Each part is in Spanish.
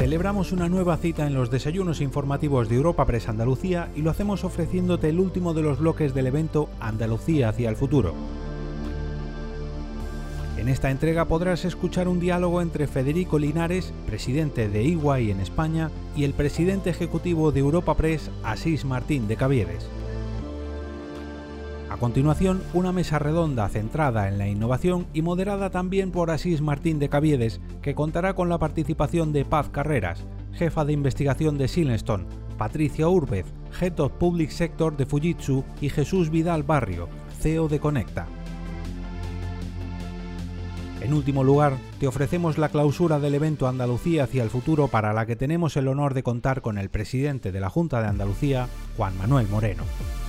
Celebramos una nueva cita en los desayunos informativos de Europa Press Andalucía y lo hacemos ofreciéndote el último de los bloques del evento Andalucía hacia el futuro. En esta entrega podrás escuchar un diálogo entre Federico Linares, presidente de EY en España, y el presidente ejecutivo de Europa Press, Asís Martín de Caviedes. A continuación, una mesa redonda centrada en la innovación y moderada también por Asís Martín de Caviedes, que contará con la participación de Paz Carreras, jefa de investigación de Silverstone, Patricia Urbez, Head of Public Sector de Fujitsu, y Jesús Vidal Barrio, CEO de Conecta. En último lugar, te ofrecemos la clausura del evento Andalucía hacia el futuro, para la que tenemos el honor de contar con el presidente de la Junta de Andalucía, Juan Manuel Moreno.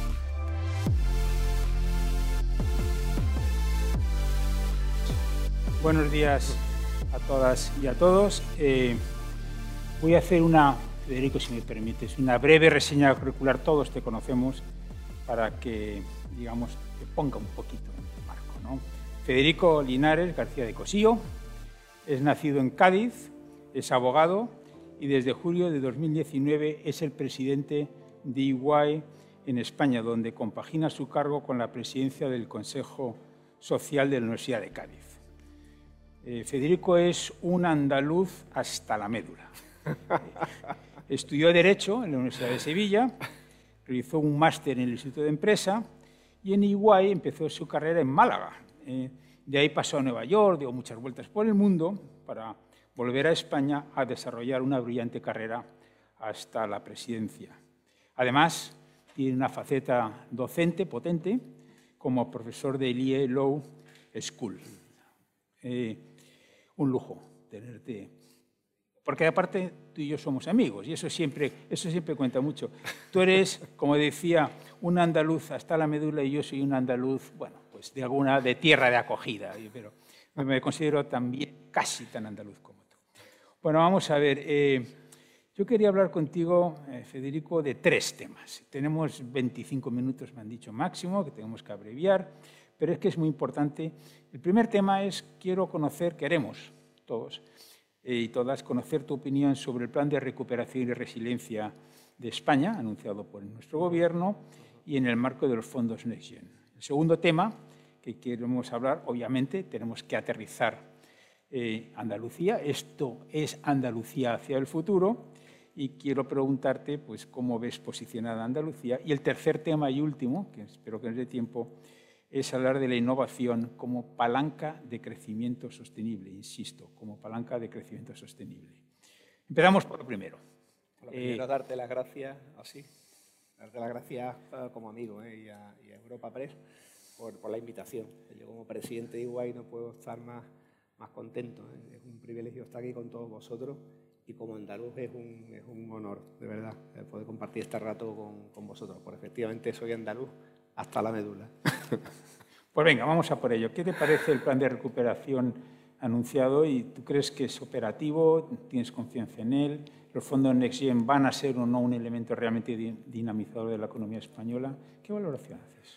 Buenos días a todas y a todos. Voy a hacer Federico, si me permites, una breve reseña curricular. Todos te conocemos, para que, digamos, te ponga un poquito en el marco, ¿no? Federico Linares García de Cossío es nacido en Cádiz, es abogado y desde julio de 2019 es el presidente de EY en España, donde compagina su cargo con la presidencia del Consejo Social de la Universidad de Cádiz. Federico es un andaluz hasta la médula. Estudió Derecho en la Universidad de Sevilla, realizó un máster en el Instituto de Empresa y en EY empezó su carrera en Málaga. De ahí pasó a Nueva York, dio muchas vueltas por el mundo para volver a España a desarrollar una brillante carrera hasta la presidencia. Además, tiene una faceta docente potente como profesor de IE Law School. Un lujo tenerte, porque aparte tú y yo somos amigos y eso siempre cuenta mucho. Tú eres, como decía, un andaluz hasta la médula y yo soy un andaluz, bueno, pues de tierra de acogida, pero me considero también casi tan andaluz como tú. Bueno, vamos a ver, yo quería hablar contigo, Federico, de 3 temas. Tenemos 25 minutos, me han dicho, máximo, que tenemos que abreviar, pero es que es muy importante. El primer tema es, queremos todos y todas conocer tu opinión sobre el plan de recuperación y resiliencia de España, anunciado por nuestro gobierno, y en el marco de los fondos Next Gen. El segundo tema que queremos hablar, obviamente, tenemos que aterrizar Andalucía. Esto es Andalucía hacia el futuro, y quiero preguntarte, pues, cómo ves posicionada Andalucía. Y el tercer tema y último, que espero que nos dé tiempo, es hablar de la innovación como palanca de crecimiento sostenible, insisto, como palanca de crecimiento sostenible. Empezamos por lo primero. Lo primero, darte las gracias, darte las gracias como amigo y a Europa Press por la invitación. Yo como presidente de EY no puedo estar más contento. Es un privilegio estar aquí con todos vosotros y como andaluz es un honor, de verdad, poder compartir este rato con vosotros, porque efectivamente soy andaluz hasta la médula. Pues venga, vamos a por ello. ¿Qué te parece el plan de recuperación anunciado? ¿Y tú crees que es operativo? ¿Tienes confianza en él? ¿Los fondos Next Gen van a ser o no un elemento realmente dinamizador de la economía española? ¿Qué valoración haces?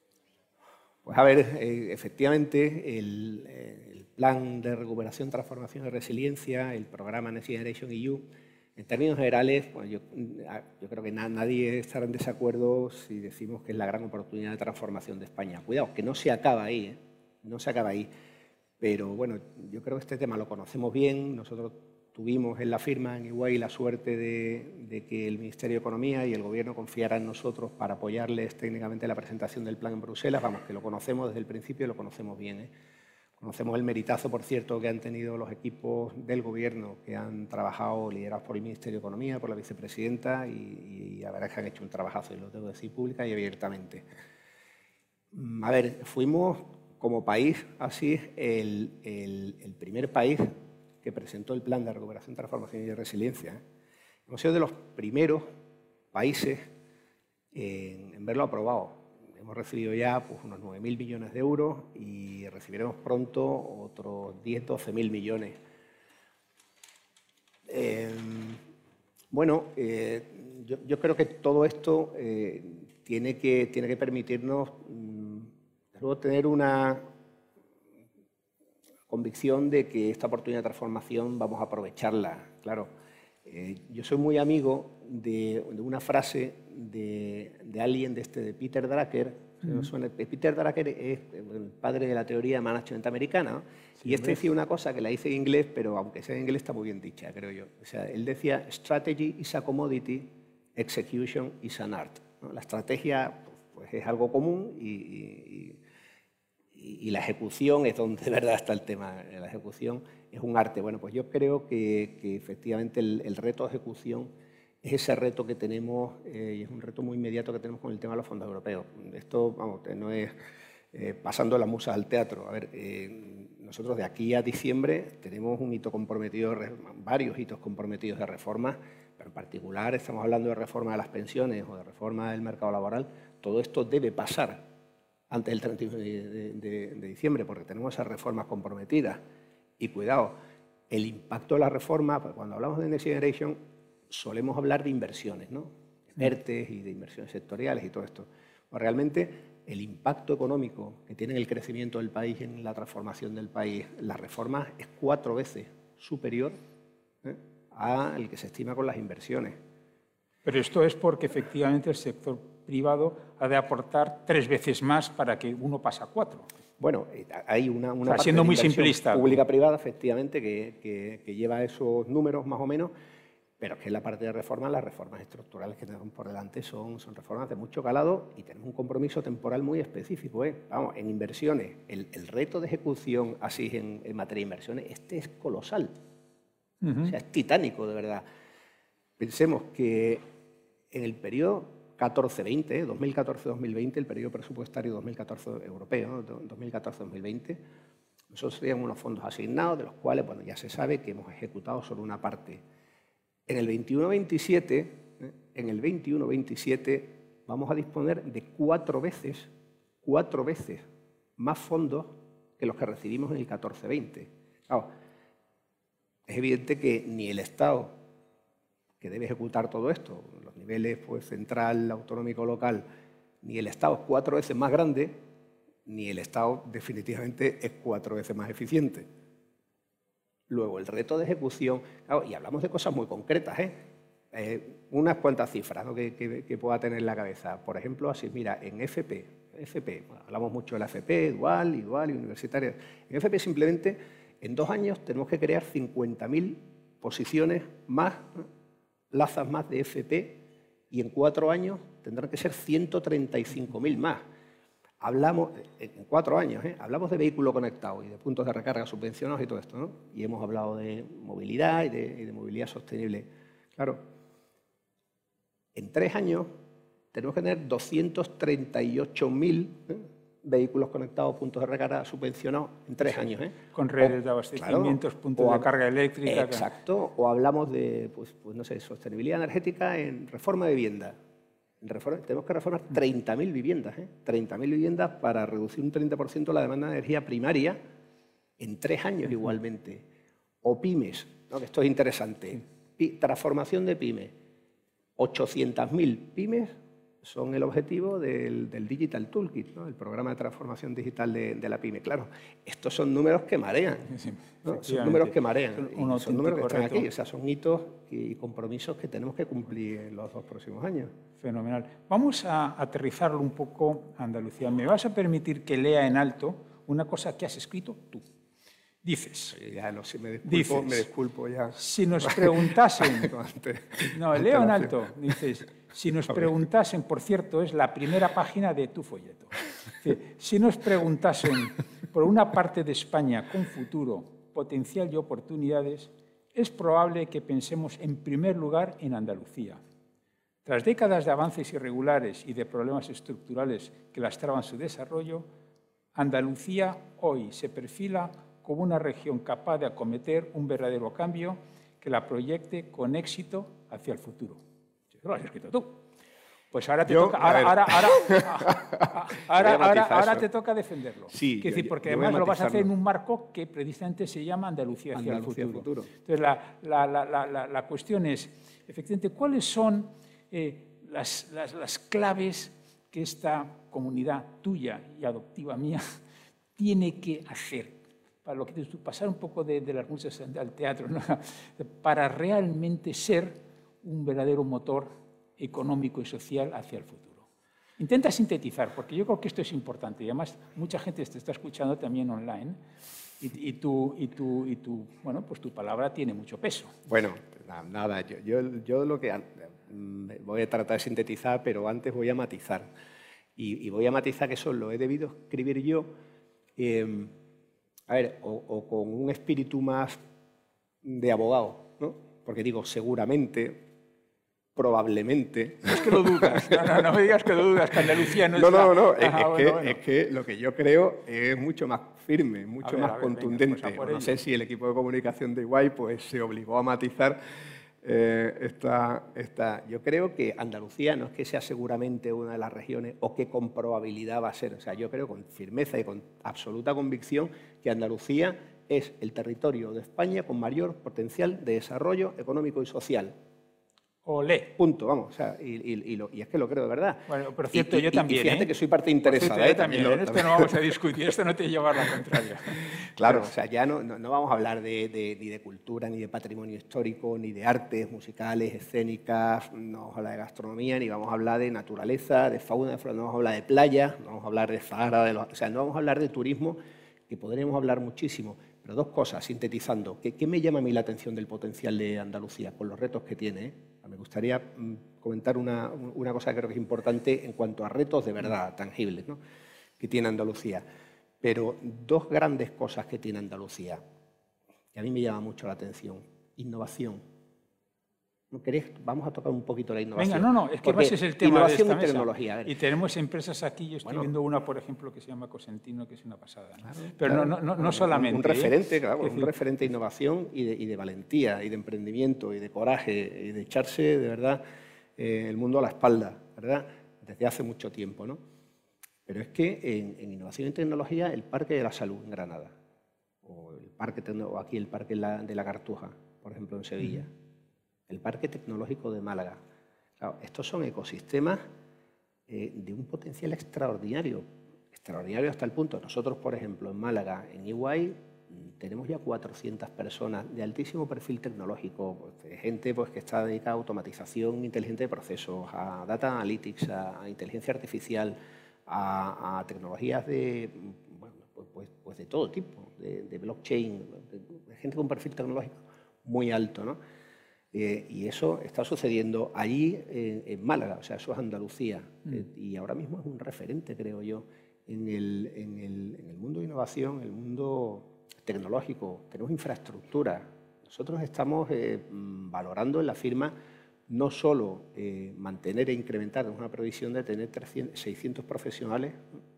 Pues a ver, efectivamente, el plan de recuperación, transformación y resiliencia, el programa Next Generation EU, en términos generales, pues yo creo que nadie estará en desacuerdo si decimos que es la gran oportunidad de transformación de España. Cuidado, que no se acaba ahí, no se acaba ahí. Pero bueno, yo creo que este tema lo conocemos bien. Nosotros tuvimos en la firma en EY la suerte de que el Ministerio de Economía y el Gobierno confiaran en nosotros para apoyarles técnicamente la presentación del plan en Bruselas. Vamos, que lo conocemos desde el principio y lo conocemos bien, Conocemos el meritazo, por cierto, que han tenido los equipos del Gobierno que han trabajado, liderados por el Ministerio de Economía, por la vicepresidenta, y la verdad es que han hecho un trabajazo, y lo tengo que decir pública y abiertamente. A ver, fuimos como país, así, el primer país que presentó el plan de recuperación, transformación y resiliencia. Hemos sido de los primeros países en verlo aprobado. Hemos recibido ya pues, unos 9.000 millones de euros y recibiremos pronto otros 10-12.000 millones. Yo creo que todo esto tiene que permitirnos luego tener una convicción de que esta oportunidad de transformación vamos a aprovecharla. Claro, Yo soy muy amigo de una frase de alguien de Peter Drucker. Peter Drucker es el padre de la teoría de management americana, ¿no? Sí, y decía una cosa que la dice en inglés, pero aunque sea en inglés está muy bien dicha, creo yo. O sea, él decía, strategy is a commodity, execution is an art, ¿no? La estrategia pues, es algo común y la ejecución es donde de verdad está el tema. La ejecución es un arte. Bueno, pues yo creo que efectivamente el reto de ejecución es ese reto que tenemos y es un reto muy inmediato que tenemos con el tema de los fondos europeos. Esto, vamos, no es pasando las musas al teatro. A ver, nosotros de aquí a diciembre tenemos un hito comprometido, varios hitos comprometidos de reformas, pero en particular estamos hablando de reforma de las pensiones o de reforma del mercado laboral. Todo esto debe pasar antes del 31 de diciembre, porque tenemos esas reformas comprometidas. Y cuidado, el impacto de la reforma, cuando hablamos de Next Generation, solemos hablar de inversiones, ¿no? De ERTEs y de inversiones sectoriales y todo esto. Pues realmente el impacto económico que tiene el crecimiento del país en la transformación del país, las reformas, es 4 veces superior al que se estima con las inversiones. Pero esto es porque efectivamente el sector privado ha de aportar 3 veces más para que uno pase a 4. Bueno, hay una parte siendo de muy inversión simplista, pública-privada, efectivamente, que lleva esos números más o menos, pero es que en la parte de reformas, las reformas estructurales que tenemos por delante son reformas de mucho calado y tenemos un compromiso temporal muy específico. Vamos, en inversiones, el reto de ejecución así en materia de inversiones, es colosal. O sea, es titánico, de verdad. Pensemos que en el periodo 14-20, 2014-2020, el periodo presupuestario 2014 europeo, 2014-2020, nosotros teníamos unos fondos asignados, de los cuales, bueno, ya se sabe que hemos ejecutado solo una parte. En el 21-27 vamos a disponer de 4 veces más fondos que los que recibimos en el 14-20. Claro, es evidente que ni el Estado, que debe ejecutar todo esto, los niveles pues, central, autonómico, local, ni el Estado es 4 veces más grande, ni el Estado definitivamente es 4 veces más eficiente. Luego, el reto de ejecución, claro, y hablamos de cosas muy concretas, unas cuantas cifras, ¿no? que pueda tener en la cabeza. Por ejemplo, así, mira, en FP, bueno, hablamos mucho de la FP, dual y universitaria. En FP simplemente, en 2 años tenemos que crear 50.000 posiciones más, plazas más de FP, y en 4 años tendrán que ser 135.000 más. Hablamos, en 4 años, hablamos de vehículo conectado y de puntos de recarga subvencionados y todo esto, ¿no? Y hemos hablado de movilidad y de movilidad sostenible. Claro, en 3 años tenemos que tener 238.000 vehículos conectados, puntos de recarga subvencionados en 3 años. Con redes de abastecimientos, claro, puntos de carga eléctrica. Exacto, o hablamos de pues no sé, sostenibilidad energética en reforma de vivienda. Tenemos que reformar 30.000 viviendas, 30.000 viviendas para reducir un 30% la demanda de energía primaria en 3 años igualmente. O pymes, ¿no? Que esto es interesante. Transformación de pymes. 800.000 pymes son el objetivo del Digital Toolkit, ¿no? El programa de transformación digital de la pyme. Claro, estos son números que marean, ¿no? Son números que marean, son números que están aquí, o sea, son hitos y compromisos que tenemos que cumplir en los 2 próximos años. Fenomenal. Vamos a aterrizarlo un poco a Andalucía. ¿Me vas a permitir que lea en alto una cosa que has escrito tú? Dices, ya no sé, me disculpo ya. Si nos preguntasen, no, leo en alto, dices, si nos preguntasen, por cierto, es la primera página de tu folleto. Si nos preguntasen por una parte de España con futuro, potencial y oportunidades, es probable que pensemos en primer lugar en Andalucía. Tras décadas de avances irregulares y de problemas estructurales que lastraban su desarrollo, Andalucía hoy se perfila como una región capaz de acometer un verdadero cambio que la proyecte con éxito hacia el futuro. Eso lo has escrito tú. Pues ahora te toca defenderlo. Sí, es decir, porque además lo vas a hacer en un marco que precisamente se llama Andalucía hacia el futuro. Entonces, la cuestión es, efectivamente, ¿cuáles son las claves que esta comunidad tuya y adoptiva mía tiene que hacer para lo que dices tú, pasar un poco de las musas al teatro, ¿no? Para realmente ser un verdadero motor económico y social hacia el futuro. Intenta sintetizar, porque yo creo que esto es importante y además mucha gente te está escuchando también online y bueno, pues tu palabra tiene mucho peso. Bueno, nada, yo lo que voy a tratar de sintetizar, pero antes voy a matizar. Y voy a matizar que eso lo he debido escribir yo, a ver, o con un espíritu más de abogado, ¿no? Porque digo, seguramente, probablemente... Es que lo dudas, no me digas que lo dudas, que Andalucía no es... No, es que lo que yo creo es mucho más firme, mucho más contundente. Venga, pues no sé si el equipo de comunicación de EY pues, se obligó a matizar Yo creo que Andalucía no es que sea seguramente una de las regiones o que con probabilidad va a ser. O sea, yo creo con firmeza y con absoluta convicción que Andalucía es el territorio de España con mayor potencial de desarrollo económico y social. Olé. Punto, vamos. O sea, y es que lo creo de verdad. Bueno, por cierto, yo también. Y fíjate que soy parte interesada. Cierto, yo también. En esto no vamos a discutir, esto no te lleva a la contraria. Claro, o sea, ya no vamos a hablar ni de cultura, ni de patrimonio histórico, ni de artes musicales, escénicas, no vamos a hablar de gastronomía, ni vamos a hablar de naturaleza, de fauna, no vamos a hablar de playa, no vamos a hablar de Sahara, o sea, no vamos a hablar de turismo, que podríamos hablar muchísimo. Pero dos cosas, sintetizando. ¿Qué me llama a mí la atención del potencial de Andalucía con los retos que tiene? Me gustaría comentar una cosa que creo que es importante en cuanto a retos de verdad tangibles, ¿no?, que tiene Andalucía. Pero dos grandes cosas que tiene Andalucía, que a mí me llama mucho la atención. Innovación. ¿No queréis? Vamos a tocar un poquito la innovación. Venga, es que ese es el tema innovación de esta y tecnología. Mesa. Y tenemos empresas aquí, yo estoy viendo una, por ejemplo, que se llama Cosentino, que es una pasada. ¿No? Claro, pero claro, no solamente. Un referente, claro, un referente de innovación y de valentía, y de emprendimiento, y de coraje, y de echarse, de verdad, el mundo a la espalda, ¿verdad?, desde hace mucho tiempo, ¿no? Pero es que en innovación y tecnología, el Parque de la Salud en Granada, o aquí el Parque de la Cartuja, por ejemplo, en Sevilla, el Parque Tecnológico de Málaga. Claro, estos son ecosistemas de un potencial extraordinario hasta el punto. Nosotros, por ejemplo, en Málaga, en EY, tenemos ya 400 personas de altísimo perfil tecnológico, gente pues, que está dedicada a automatización inteligente de procesos, a data analytics, a inteligencia artificial, a tecnologías de, bueno, pues de todo tipo, de blockchain, de gente con perfil tecnológico muy alto, ¿no? Y eso está sucediendo allí en Málaga, o sea, eso es Andalucía. Y ahora mismo es un referente, creo yo, en el mundo de innovación, en el mundo tecnológico. Tenemos infraestructura. Nosotros estamos valorando en la firma no solo mantener e incrementar, tenemos una previsión de tener 600 profesionales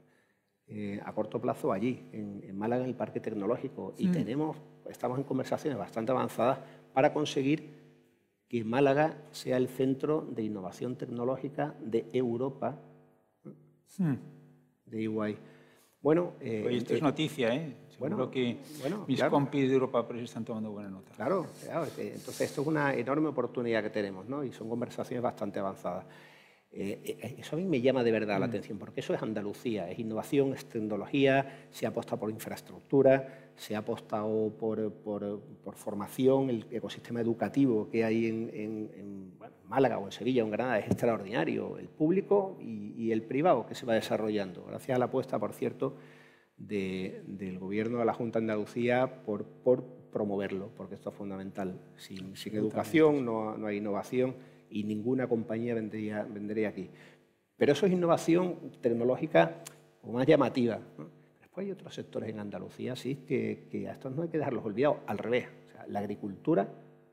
a corto plazo allí, en Málaga, en el Parque Tecnológico. Y estamos en conversaciones bastante avanzadas para conseguir que Málaga sea el centro de innovación tecnológica de Europa, de EY. Bueno, oye, esto es noticia, ¿eh? Seguro que mis compis de Europa Press están tomando buena nota. Claro, entonces esto es una enorme oportunidad que tenemos, ¿no? Y son conversaciones bastante avanzadas. Eso a mí me llama de verdad la atención, porque eso es Andalucía, es innovación, es tecnología, se aposta por infraestructura, se ha apostado por formación, el ecosistema educativo que hay en Málaga o en Sevilla o en Granada es extraordinario, el público y el privado que se va desarrollando, gracias a la apuesta, por cierto, del Gobierno de la Junta de Andalucía por promoverlo, porque esto es fundamental. Sin educación no hay innovación y ninguna compañía vendría aquí. Pero eso es innovación tecnológica o más llamativa, ¿no? Después hay otros sectores en Andalucía, sí, que a estos no hay que dejarlos olvidados, al revés. O sea, la agricultura,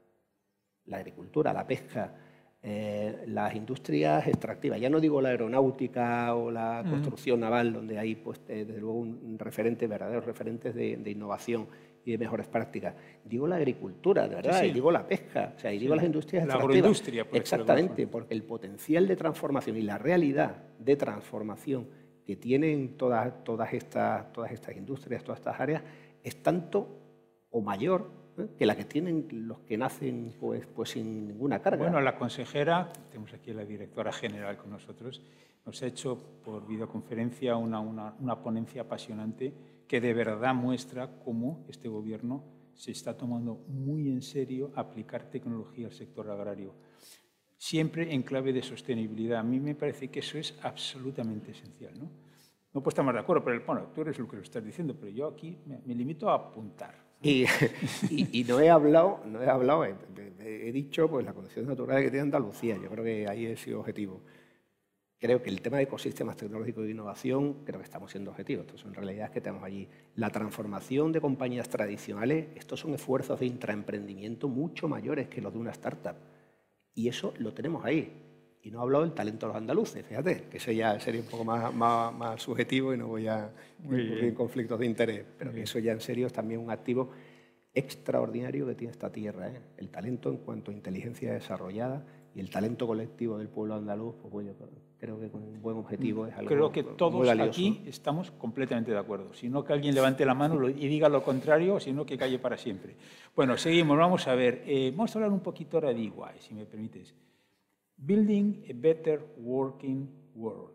la pesca, las industrias extractivas, ya no digo la aeronáutica o la construcción naval, donde hay, pues, desde luego, verdaderos referentes de innovación y de mejores prácticas. Digo la agricultura, de verdad, y digo la pesca, o sea, y digo las industrias extractivas. La agroindustria, por exactamente, porque el potencial de transformación y la realidad de transformación que tienen todas estas industrias, todas estas áreas, es tanto o mayor que la que tienen los que nacen pues sin ninguna carga. Bueno, la consejera, tenemos aquí a la directora general con nosotros, nos ha hecho por videoconferencia una ponencia apasionante que de verdad muestra cómo este gobierno se está tomando muy en serio aplicar tecnología al sector agrario, siempre en clave de sostenibilidad. A mí me parece que eso es absolutamente esencial, ¿no? No puedo estar más de acuerdo, pero bueno, tú eres lo que lo estás diciendo, pero yo aquí me limito a apuntar. Y no he hablado, he dicho pues, las condiciones naturales que tiene Andalucía. Yo creo que ahí he sido objetivo. Creo que el tema de ecosistemas tecnológicos de innovación, creo que estamos siendo objetivos. Estos son realidades que tenemos allí. La transformación de compañías tradicionales, estos son esfuerzos de intraemprendimiento mucho mayores que los de una startup. Y eso lo tenemos ahí. Y no he hablado del talento de los andaluces, fíjate, que eso ya sería un poco más subjetivo y no voy a incurrir en conflictos de interés. Pero que eso ya en serio es también un activo extraordinario que tiene esta tierra, ¿eh? El talento en cuanto a inteligencia desarrollada y el talento colectivo del pueblo andaluz, pues bueno, creo que con un buen objetivo es algo muy valioso. Creo que todos aquí estamos completamente de acuerdo. Si no, que alguien levante la mano y diga lo contrario, sino que calle para siempre. Bueno, seguimos, vamos a ver. Vamos a hablar un poquito ahora de EY, si me permites. Building a Better Working World.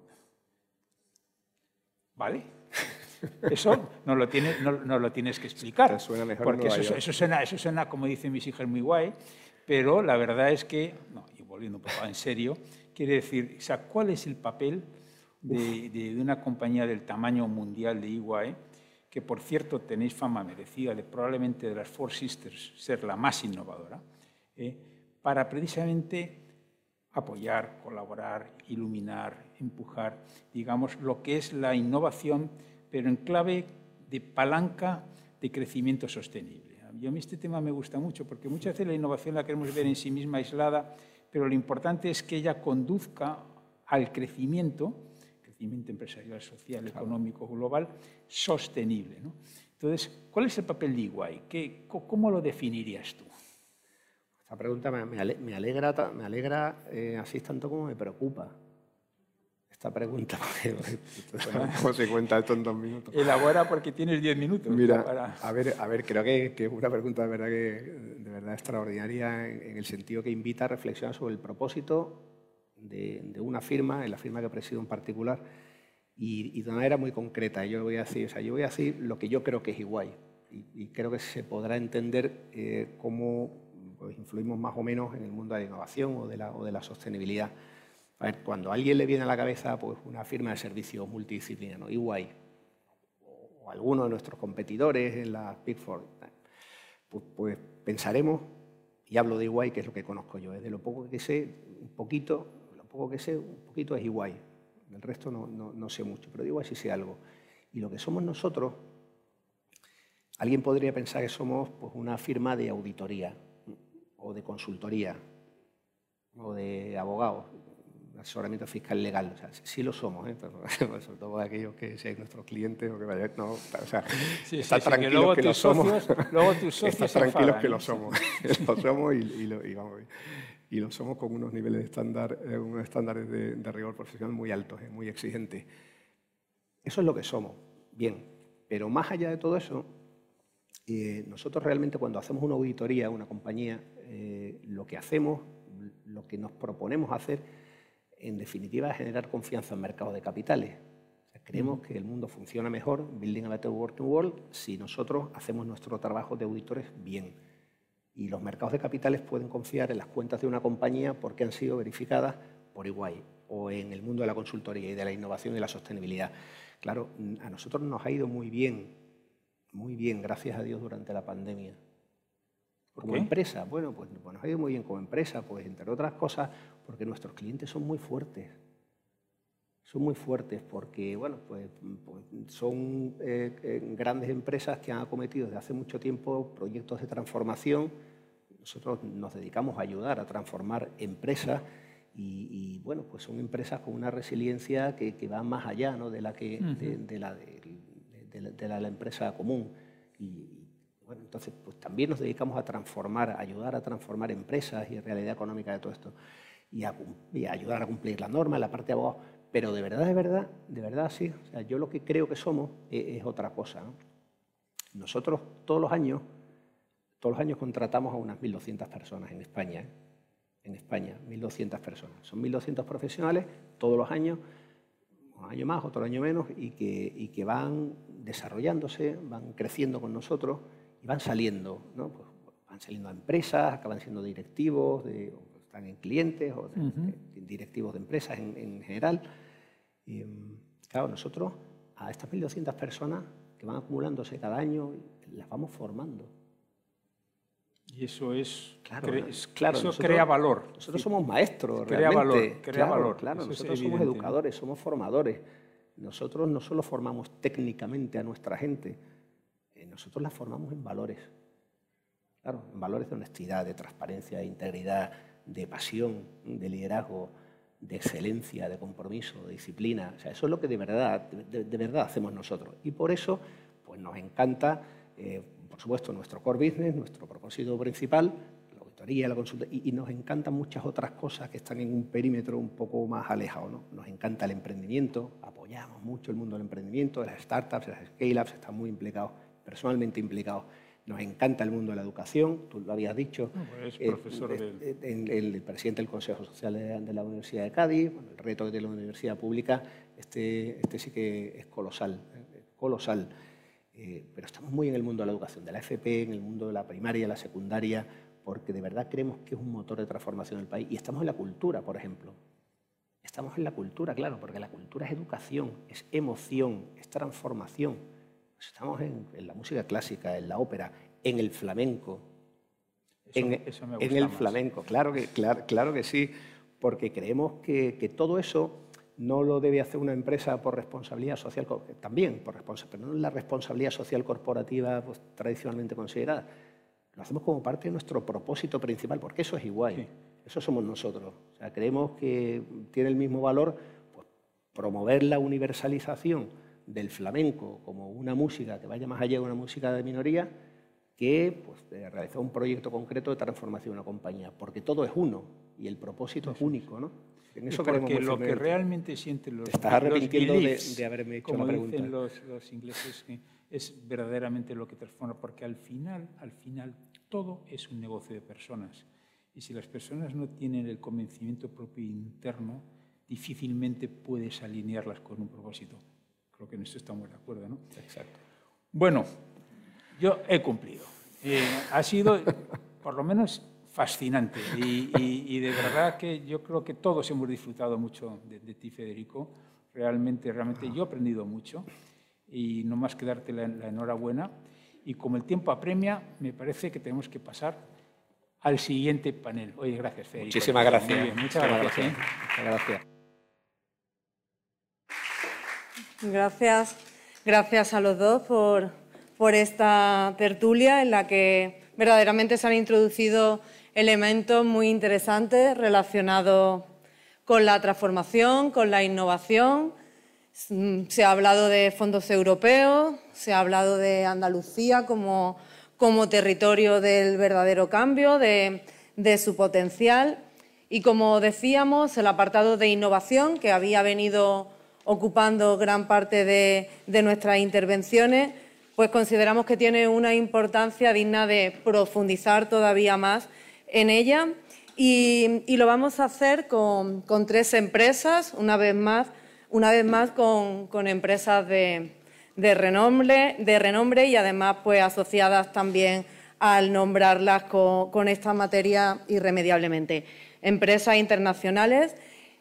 ¿Vale? Eso no lo tienes que explicar. Suena mejor porque eso suena, como dicen mis hijas, muy guay, pero la verdad es que, no, y volviendo un poco en serio, quiere decir, o sea, ¿cuál es el papel de una compañía del tamaño mundial de EY, que por cierto tenéis fama merecida de probablemente de las Four Sisters ser la más innovadora, para precisamente apoyar, colaborar, iluminar, empujar, digamos, lo que es la innovación, pero en clave de palanca de crecimiento sostenible? A mí este tema me gusta mucho porque muchas veces la innovación la queremos ver en sí misma aislada, pero lo importante es que ella conduzca al crecimiento empresarial, social, económico, global, sostenible, ¿no? Entonces, ¿cuál es el papel de EY? ¿Cómo lo definirías tú? Esta pregunta me alegra así tanto como me preocupa. Esta pregunta, ¿cómo se cuenta esto en 2 minutos? Elabora porque tienes 10 minutos. Mira, a ver, creo que es una pregunta de verdad extraordinaria en el sentido que invita a reflexionar sobre el propósito de una firma, en la firma que presido en particular, y de una manera muy concreta. Yo voy a decir lo que yo creo que es EY, y creo que se podrá entender cómo pues, influimos más o menos en el mundo de la innovación o de la sostenibilidad. A ver, cuando a alguien le viene a la cabeza pues, una firma de servicios multidisciplinaria, ¿no? EY, o alguno de nuestros competidores en la Big Four, pues pensaremos, y hablo de EY, que es lo que conozco yo, de lo poco que sé, un poquito es EY. El resto no sé mucho, pero de EY sí sé algo. Y lo que somos nosotros, alguien podría pensar que somos pues, una firma de auditoría, o de consultoría, o de abogados, asesoramiento fiscal legal. O sea, sí lo somos, sobre todo aquellos que sean nuestros clientes o que vayan, no, o sea, están tranquilos que lo somos. Luego tus socios están tranquilos que lo somos. Lo somos y lo somos con unos niveles de estándar, unos estándares de rigor profesional muy altos, muy exigentes. Eso es lo que somos, bien. Pero más allá de todo eso, nosotros realmente cuando hacemos una auditoría a una compañía, lo que hacemos, lo que nos proponemos hacer, en definitiva, es generar confianza en mercados de capitales. O sea, creemos que el mundo funciona mejor, Building a Better Working World, si nosotros hacemos nuestro trabajo de auditores bien. Y los mercados de capitales pueden confiar en las cuentas de una compañía porque han sido verificadas por EY, o en el mundo de la consultoría y de la innovación y la sostenibilidad. Claro, a nosotros nos ha ido muy bien, gracias a Dios, durante la pandemia. Como empresa, bueno, pues nos ha ido muy bien como empresa, pues entre otras cosas, porque nuestros clientes son muy fuertes. Son muy fuertes porque, bueno, pues son grandes empresas que han acometido desde hace mucho tiempo proyectos de transformación. Nosotros nos dedicamos a ayudar a transformar empresas y bueno, pues son empresas con una resiliencia que va más allá, ¿no? de la empresa común. Y bueno, entonces pues también nos dedicamos a ayudar a transformar empresas y realidad económica de todo esto y a ayudar a cumplir la norma, la parte de abogados. Pero de verdad sí. O sea, yo lo que creo que somos es otra cosa, ¿no? Nosotros todos los años contratamos a unas 1.200 personas en España, ¿eh? En España, 1.200 personas. Son 1.200 profesionales todos los años, un año más, otro año menos, y que van desarrollándose, van creciendo con nosotros y van saliendo, ¿no? Pues van saliendo a empresas, acaban siendo directivos, o están en clientes o directivos de empresas en general. Y, claro, nosotros a estas 1.200 personas que van acumulándose cada año, las vamos formando. Y eso es, claro, eso nosotros, crea valor. Nosotros somos maestros, crea realmente. Crea valor. Claro, nosotros somos educadores, somos formadores. Nosotros no solo formamos técnicamente a nuestra gente, nosotros la formamos en valores. Claro, en valores de honestidad, de transparencia, de integridad, de pasión, de liderazgo, de excelencia, de compromiso, de disciplina. O sea, eso es lo que de verdad hacemos nosotros. Y por eso pues nos encanta, por supuesto, nuestro core business, nuestro propósito principal, la auditoría, la consulta, y nos encantan muchas otras cosas que están en un perímetro un poco más alejado, ¿no? Nos encanta el emprendimiento, apoyamos mucho el mundo del emprendimiento, de las startups, de las scale-ups, están muy implicados, personalmente implicados. Nos encanta el mundo de la educación, tú lo habías dicho. Es profesor el presidente del Consejo Social de la Universidad de Cádiz, bueno, el reto de la universidad pública, este sí que es colosal, colosal. Pero estamos muy en el mundo de la educación, de la FP, en el mundo de la primaria, la secundaria, porque de verdad creemos que es un motor de transformación del país. Y estamos en la cultura, por ejemplo. Estamos en la cultura, claro, porque la cultura es educación, es emoción, es transformación. Estamos en la música clásica, en la ópera, en el flamenco. Eso me gusta en el más. flamenco, claro que sí, porque creemos que todo eso no lo debe hacer una empresa por responsabilidad social, también por responsabilidad, pero no la responsabilidad social corporativa pues, tradicionalmente considerada. Lo hacemos como parte de nuestro propósito principal, porque eso es igual, sí. Eso somos nosotros. O sea, creemos que tiene el mismo valor pues, promover la universalización del flamenco como una música que vaya más allá de una música de minoría que pues, realizar un proyecto concreto de transformación de una compañía, porque todo es uno y el propósito es único, ¿no? En eso porque lo que realmente sienten los... Te estás arrepintiendo beliefs, de haberme hecho como la pregunta. dicen los ingleses, es verdaderamente lo que transforma, porque al final todo es un negocio de personas. Y si las personas no tienen el convencimiento propio interno, difícilmente puedes alinearlas con un propósito. Creo que en eso estamos de acuerdo, ¿no? Exacto. Bueno, yo he cumplido. Ha sido, por lo menos, fascinante. Y de verdad que yo creo que todos hemos disfrutado mucho de ti, Federico. Realmente yo he aprendido mucho. Y no más que darte la enhorabuena. Y como el tiempo apremia, me parece que tenemos que pasar al siguiente panel. Oye, gracias, Federico. Muchísimas gracias. Muy bien, muchas gracias. Muchas gracias. Gracias a los dos por esta tertulia en la que verdaderamente se han introducido elementos muy interesantes relacionados con la transformación, con la innovación. Se ha hablado de fondos europeos, se ha hablado de Andalucía como territorio del verdadero cambio, de su potencial. Y como decíamos, el apartado de innovación que había venido ocupando gran parte de nuestras intervenciones, pues consideramos que tiene una importancia digna de profundizar todavía más en ella y lo vamos a hacer con 3 empresas, una vez más con empresas de renombre y además pues asociadas también al nombrarlas con esta materia irremediablemente. Empresas internacionales.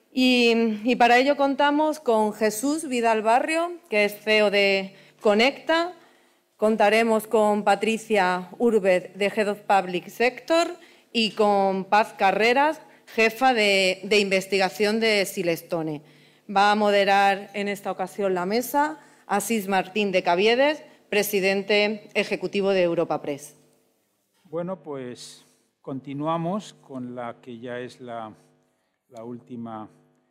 Y para ello contamos con Jesús Vidal Barrio, que es CEO de Conecta. Contaremos con Patricia Urbet, de Head of Public Sector, y con Paz Carreras, jefa de investigación de Silestone. Va a moderar en esta ocasión la mesa Asís Martín de Caviedes, presidente ejecutivo de Europa Press. Bueno, pues continuamos con la que ya es la última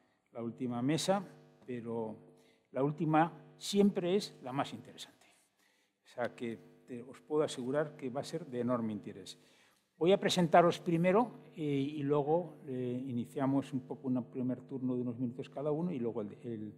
mesa, pero la última siempre es la más interesante. O sea que os puedo asegurar que va a ser de enorme interés. Voy a presentaros primero y luego iniciamos un poco un primer turno de unos minutos cada uno y luego el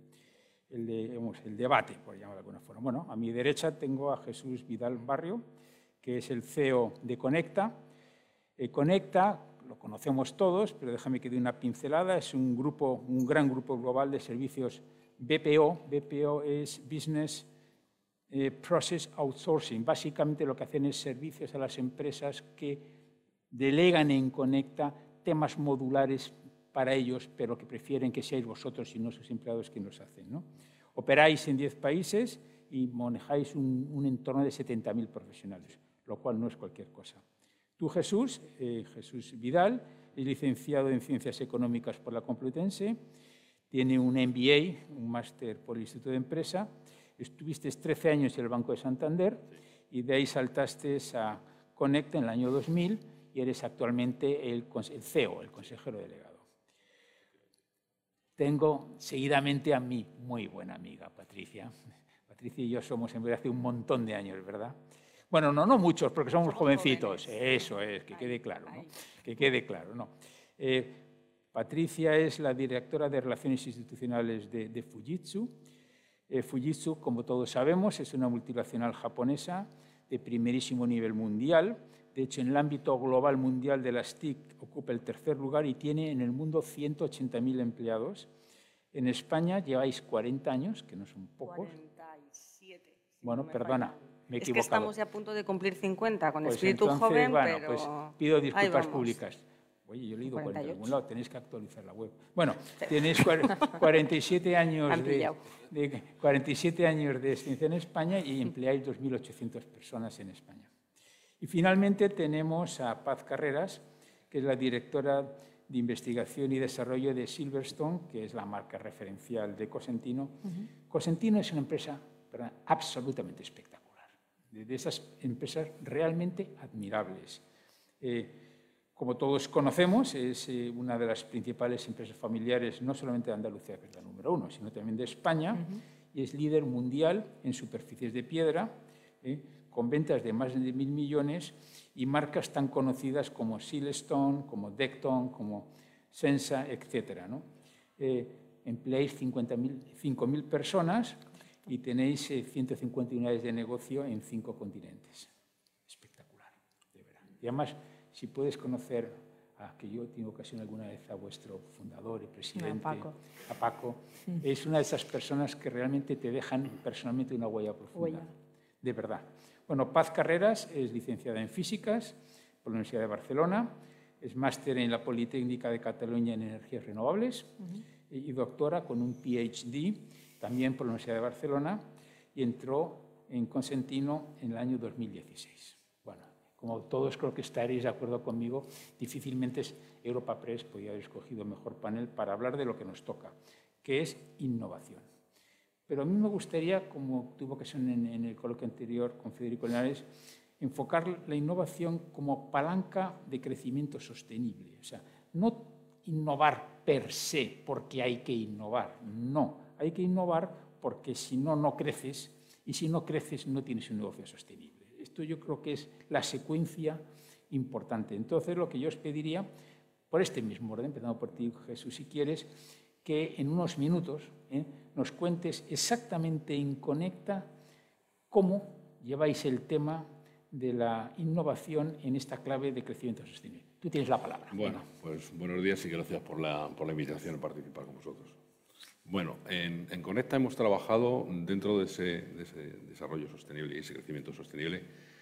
debate, por llamarlo de alguna forma. Bueno, a mi derecha tengo a Jesús Vidal Barrio, que es el CEO de Conecta. Conecta, lo conocemos todos, pero déjame que dé una pincelada, es un gran grupo global de servicios BPO es Business Process Outsourcing. Básicamente lo que hacen es servicios a las empresas que delegan en Conecta temas modulares para ellos, pero que prefieren que seáis vosotros y no sus empleados quienes los hacen, ¿no? Operáis en 10 países y manejáis un entorno de 70.000 profesionales, lo cual no es cualquier cosa. Tú, Jesús Vidal, es licenciado en Ciencias Económicas por la Complutense, tiene un MBA, un máster por el Instituto de Empresa, estuviste 13 años en el Banco de Santander y de ahí saltaste a Conecta en el año 2000 y eres actualmente el CEO, el consejero delegado. Tengo seguidamente a mi muy buena amiga, Patricia. Patricia y yo somos en verdad hace un montón de años, ¿verdad? Bueno, no muchos, porque somos jovencitos. Jóvenes. Eso es, que quede claro, ¿no? Que quede claro, ¿no? Patricia es la directora de Relaciones Institucionales de Fujitsu. Fujitsu, como todos sabemos, es una multinacional japonesa de primerísimo nivel mundial. De hecho, en el ámbito global mundial de las TIC ocupa el tercer lugar y tiene en el mundo 180.000 empleados. En España lleváis 40 años, que no son pocos. 47. Bueno, perdona, me he equivocado. Es que estamos ya a punto de cumplir 50, con pues espíritu entonces, joven, bueno, pero... pues pido disculpas públicas. Oye, yo he leído 40 en algún lado, tenéis que actualizar la web. Bueno, tenéis 47 años 47 años de experiencia en España y empleáis 2.800 personas en España. Y finalmente tenemos a Paz Carreras, que es la directora de Investigación y Desarrollo de Silverstone, que es la marca referencial de Cosentino. Cosentino es una empresa absolutamente espectacular, de esas empresas realmente admirables. Como todos conocemos, es una de las principales empresas familiares, no solamente de Andalucía, que es la número 1, sino también de España, y es líder mundial en superficies de piedra, con ventas de más de 1.000 millones y marcas tan conocidas como Silverstone, como Decton, como Sensa, etc., ¿no? Empleáis 5.000 personas y tenéis 150 unidades de negocio en 5 continentes. Espectacular, de verdad. Y además, si puedes conocer, que yo tengo ocasión alguna vez, a vuestro fundador y presidente, a Paco, es una de esas personas que realmente te dejan personalmente una huella profunda. De verdad. Bueno, Paz Carreras es licenciada en Físicas por la Universidad de Barcelona, es máster en la Politécnica de Cataluña en Energías Renovables y doctora con un PhD también por la Universidad de Barcelona y entró en Cosentino en el año 2016. Bueno, como todos creo que estaréis de acuerdo conmigo, difícilmente Europa Press podía haber escogido mejor panel para hablar de lo que nos toca, que es innovación. Pero a mí me gustaría, como tuvo ocasión en el coloquio anterior con Federico Linares, enfocar la innovación como palanca de crecimiento sostenible. O sea, no innovar per se porque hay que innovar, no. Hay que innovar porque si no, no creces, y si no creces no tienes un negocio sostenible. Esto yo creo que es la secuencia importante. Entonces, lo que yo os pediría, por este mismo orden, empezando por ti, Jesús, si quieres, que en unos minutos nos cuentes exactamente en Conecta cómo lleváis el tema de la innovación en esta clave de crecimiento sostenible. Tú tienes la palabra. Bueno, pues buenos días y gracias por la invitación a participar con vosotros. Bueno, en Conecta hemos trabajado dentro de ese desarrollo sostenible y ese crecimiento sostenible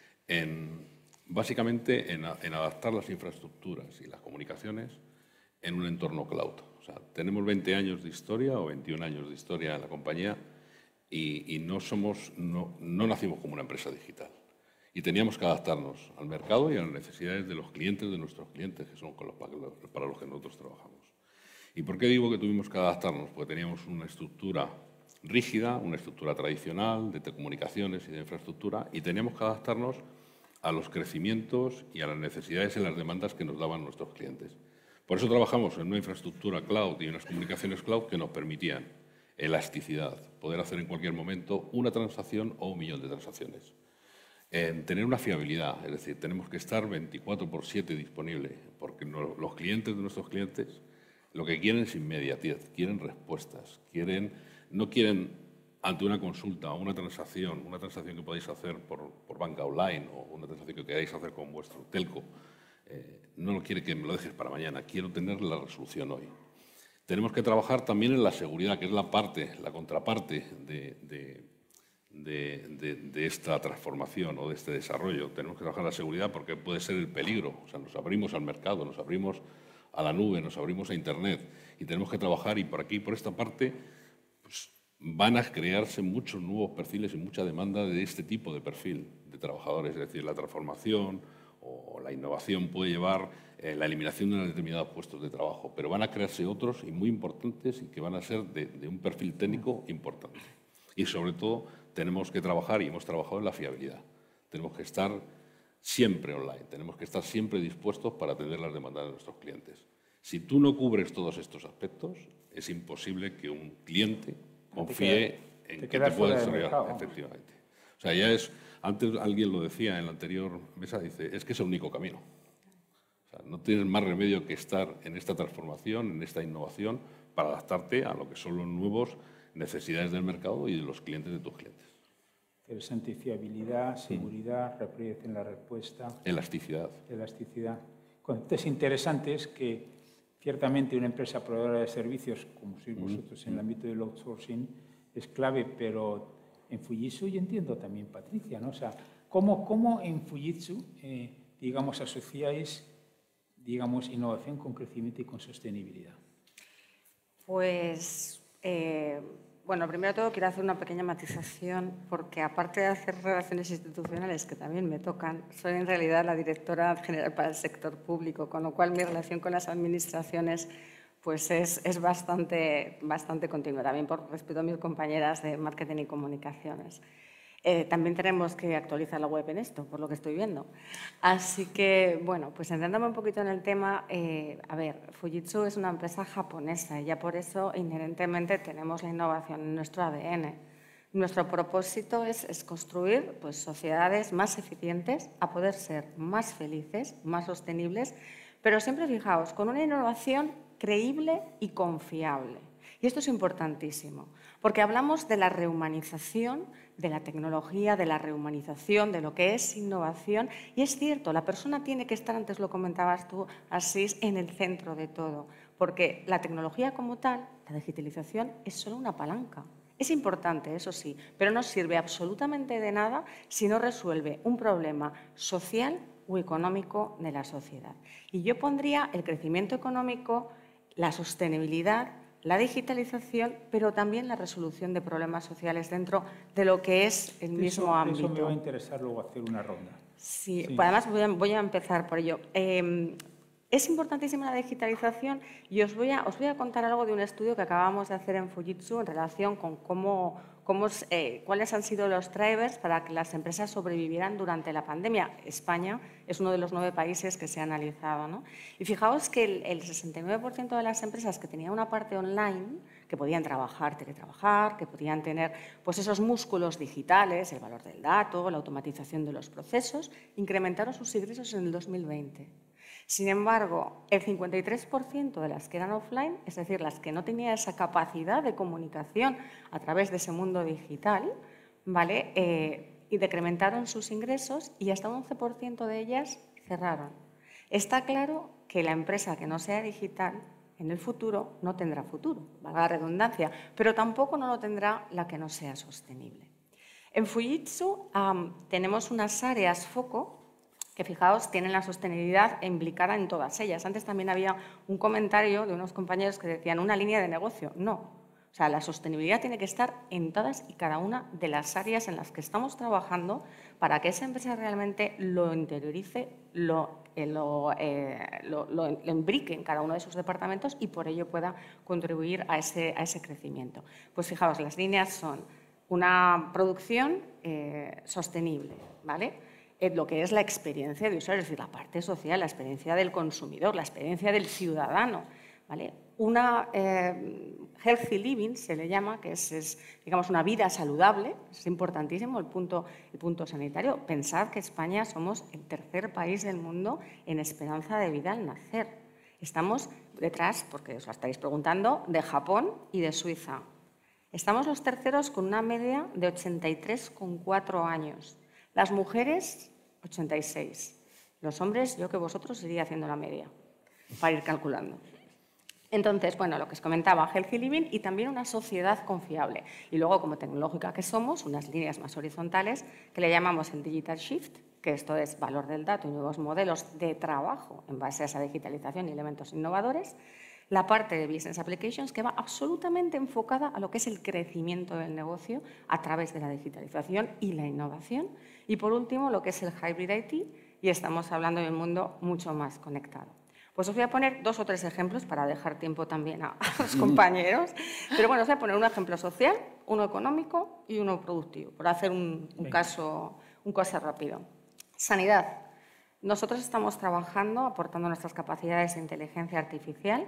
básicamente en adaptar las infraestructuras y las comunicaciones en un entorno cloud. O sea, tenemos 20 años de historia o 21 años de historia en la compañía y no nacimos como una empresa digital. Y teníamos que adaptarnos al mercado y a las necesidades de los clientes, de nuestros clientes, que son para los que nosotros trabajamos. ¿Y por qué digo que tuvimos que adaptarnos? Porque teníamos una estructura rígida, una estructura tradicional de telecomunicaciones y de infraestructura, y teníamos que adaptarnos a los crecimientos y a las necesidades y las demandas que nos daban nuestros clientes. Por eso trabajamos en una infraestructura cloud y unas comunicaciones cloud que nos permitían elasticidad, poder hacer en cualquier momento una transacción o 1 millón de transacciones. Tener una fiabilidad, es decir, tenemos que estar 24/7 disponible, porque los clientes de nuestros clientes lo que quieren es inmediatez, quieren respuestas, no quieren ante una consulta o una transacción que podáis hacer por banca online o una transacción que queráis hacer con vuestro telco, no lo quiere que me lo dejes para mañana, quiero tener la resolución hoy. Tenemos que trabajar también en la seguridad, que es la contraparte de esta transformación o de este desarrollo. Tenemos que trabajar en la seguridad porque puede ser el peligro. O sea, nos abrimos al mercado, nos abrimos a la nube, nos abrimos a Internet y tenemos que trabajar, y por aquí, por esta parte, pues, van a crearse muchos nuevos perfiles y mucha demanda de este tipo de perfil de trabajadores. Es decir, la transformación o la innovación puede llevar la eliminación de determinados puestos de trabajo, pero van a crearse otros y muy importantes y que van a ser de un perfil técnico importante. Y sobre todo tenemos que trabajar, y hemos trabajado en la fiabilidad. Tenemos que estar siempre online, tenemos que estar siempre dispuestos para atender las demandas de nuestros clientes. Si tú no cubres todos estos aspectos, es imposible que un cliente confíe en que te pueda desarrollar. Efectivamente. O sea, ya es, antes alguien lo decía en la anterior mesa, dice, es que es el único camino. O sea, no tienes más remedio que estar en esta transformación, en esta innovación, para adaptarte a lo que son los nuevos necesidades del mercado y de los clientes de tus clientes. Interesante. Fiabilidad, seguridad, rapidez en la respuesta. Elasticidad. Elasticidad. Conceptos interesantes que ciertamente una empresa proveedora de servicios, como sois vosotros en el ámbito del outsourcing, es clave, pero en Fujitsu yo entiendo también, Patricia, ¿no? O sea, ¿cómo en Fujitsu, digamos, asociáis, digamos, innovación con crecimiento y con sostenibilidad? Pues, bueno, primero de todo quiero hacer una pequeña matización, porque aparte de hacer relaciones institucionales, que también me tocan, soy en realidad la directora general para el sector público, con lo cual mi relación con las administraciones pues es bastante continua, también por respeto a mis compañeras de marketing y comunicaciones. También tenemos que actualizar la web en esto, por lo que estoy viendo. Así que, bueno, pues entrándome un poquito en el tema, a ver, Fujitsu es una empresa japonesa y ya por eso inherentemente tenemos la innovación en nuestro ADN. Nuestro propósito es construir pues, sociedades más eficientes, a poder ser más felices, más sostenibles, pero siempre, fijaos, con una innovación creíble y confiable. Y esto es importantísimo, porque hablamos de la rehumanización de la tecnología, de la rehumanización, de lo que es innovación. Y es cierto, la persona tiene que estar, antes lo comentabas tú, Asís, en el centro de todo, porque la tecnología como tal, la digitalización, es solo una palanca. Es importante, eso sí, pero no sirve absolutamente de nada si no resuelve un problema social o económico de la sociedad. Y yo pondría el crecimiento económico, la sostenibilidad, la digitalización, pero también la resolución de problemas sociales dentro de lo que es el mismo ámbito. Eso me va a interesar luego hacer una ronda. Sí. Pues además voy a empezar por ello. Es importantísima la digitalización y os voy a contar algo de un estudio que acabamos de hacer en Fujitsu en relación con cuáles han sido los drivers para que las empresas sobrevivieran durante la pandemia. España es uno de los 9 países que se ha analizado, ¿no? Y fijaos que el 69% de las empresas que tenían una parte online, que podían trabajar, teletrabajar, que podían tener pues, esos músculos digitales, el valor del dato, la automatización de los procesos, incrementaron sus ingresos en el 2020. Sin embargo, el 53% de las que eran offline, es decir, las que no tenían esa capacidad de comunicación a través de ese mundo digital, ¿vale? Y decrementaron sus ingresos y hasta un 11% de ellas cerraron. Está claro que la empresa que no sea digital en el futuro no tendrá futuro, valga la redundancia, pero tampoco no lo tendrá la que no sea sostenible. En Fujitsu tenemos unas áreas foco que, fijaos, tienen la sostenibilidad implicada en todas ellas. Antes también había un comentario de unos compañeros que decían una línea de negocio. No. O sea, la sostenibilidad tiene que estar en todas y cada una de las áreas en las que estamos trabajando para que esa empresa realmente lo interiorice, lo imbrique en cada uno de sus departamentos y por ello pueda contribuir a ese crecimiento. Pues fijaos, las líneas son una producción sostenible, ¿vale? Lo que es la experiencia de usuario, es decir, la parte social, la experiencia del consumidor, la experiencia del ciudadano, ¿vale? Una healthy living se le llama, que es digamos, una vida saludable, es importantísimo el punto sanitario. Pensad que España somos el 3er país del mundo en esperanza de vida al nacer. Estamos detrás, porque os lo estáis preguntando, de Japón y de Suiza. Estamos los terceros con una media de 83,4 años. Las mujeres, 86. Los hombres, yo que vosotros iría haciendo la media, para ir calculando. Entonces, bueno, lo que os comentaba, Healthy Living y también una sociedad confiable. Y luego, como tecnológica que somos, unas líneas más horizontales que le llamamos el Digital Shift, que esto es valor del dato y nuevos modelos de trabajo en base a esa digitalización y elementos innovadores. La parte de Business Applications, que va absolutamente enfocada a lo que es el crecimiento del negocio a través de la digitalización y la innovación. Y, por último, lo que es el Hybrid IT, y estamos hablando de un mundo mucho más conectado. Pues os voy a poner 2 o 3 ejemplos para dejar tiempo también a los compañeros. Pero bueno, os voy a poner un ejemplo social, uno económico y uno productivo, por hacer un caso rápido. Sanidad. Nosotros estamos trabajando, aportando nuestras capacidades de inteligencia artificial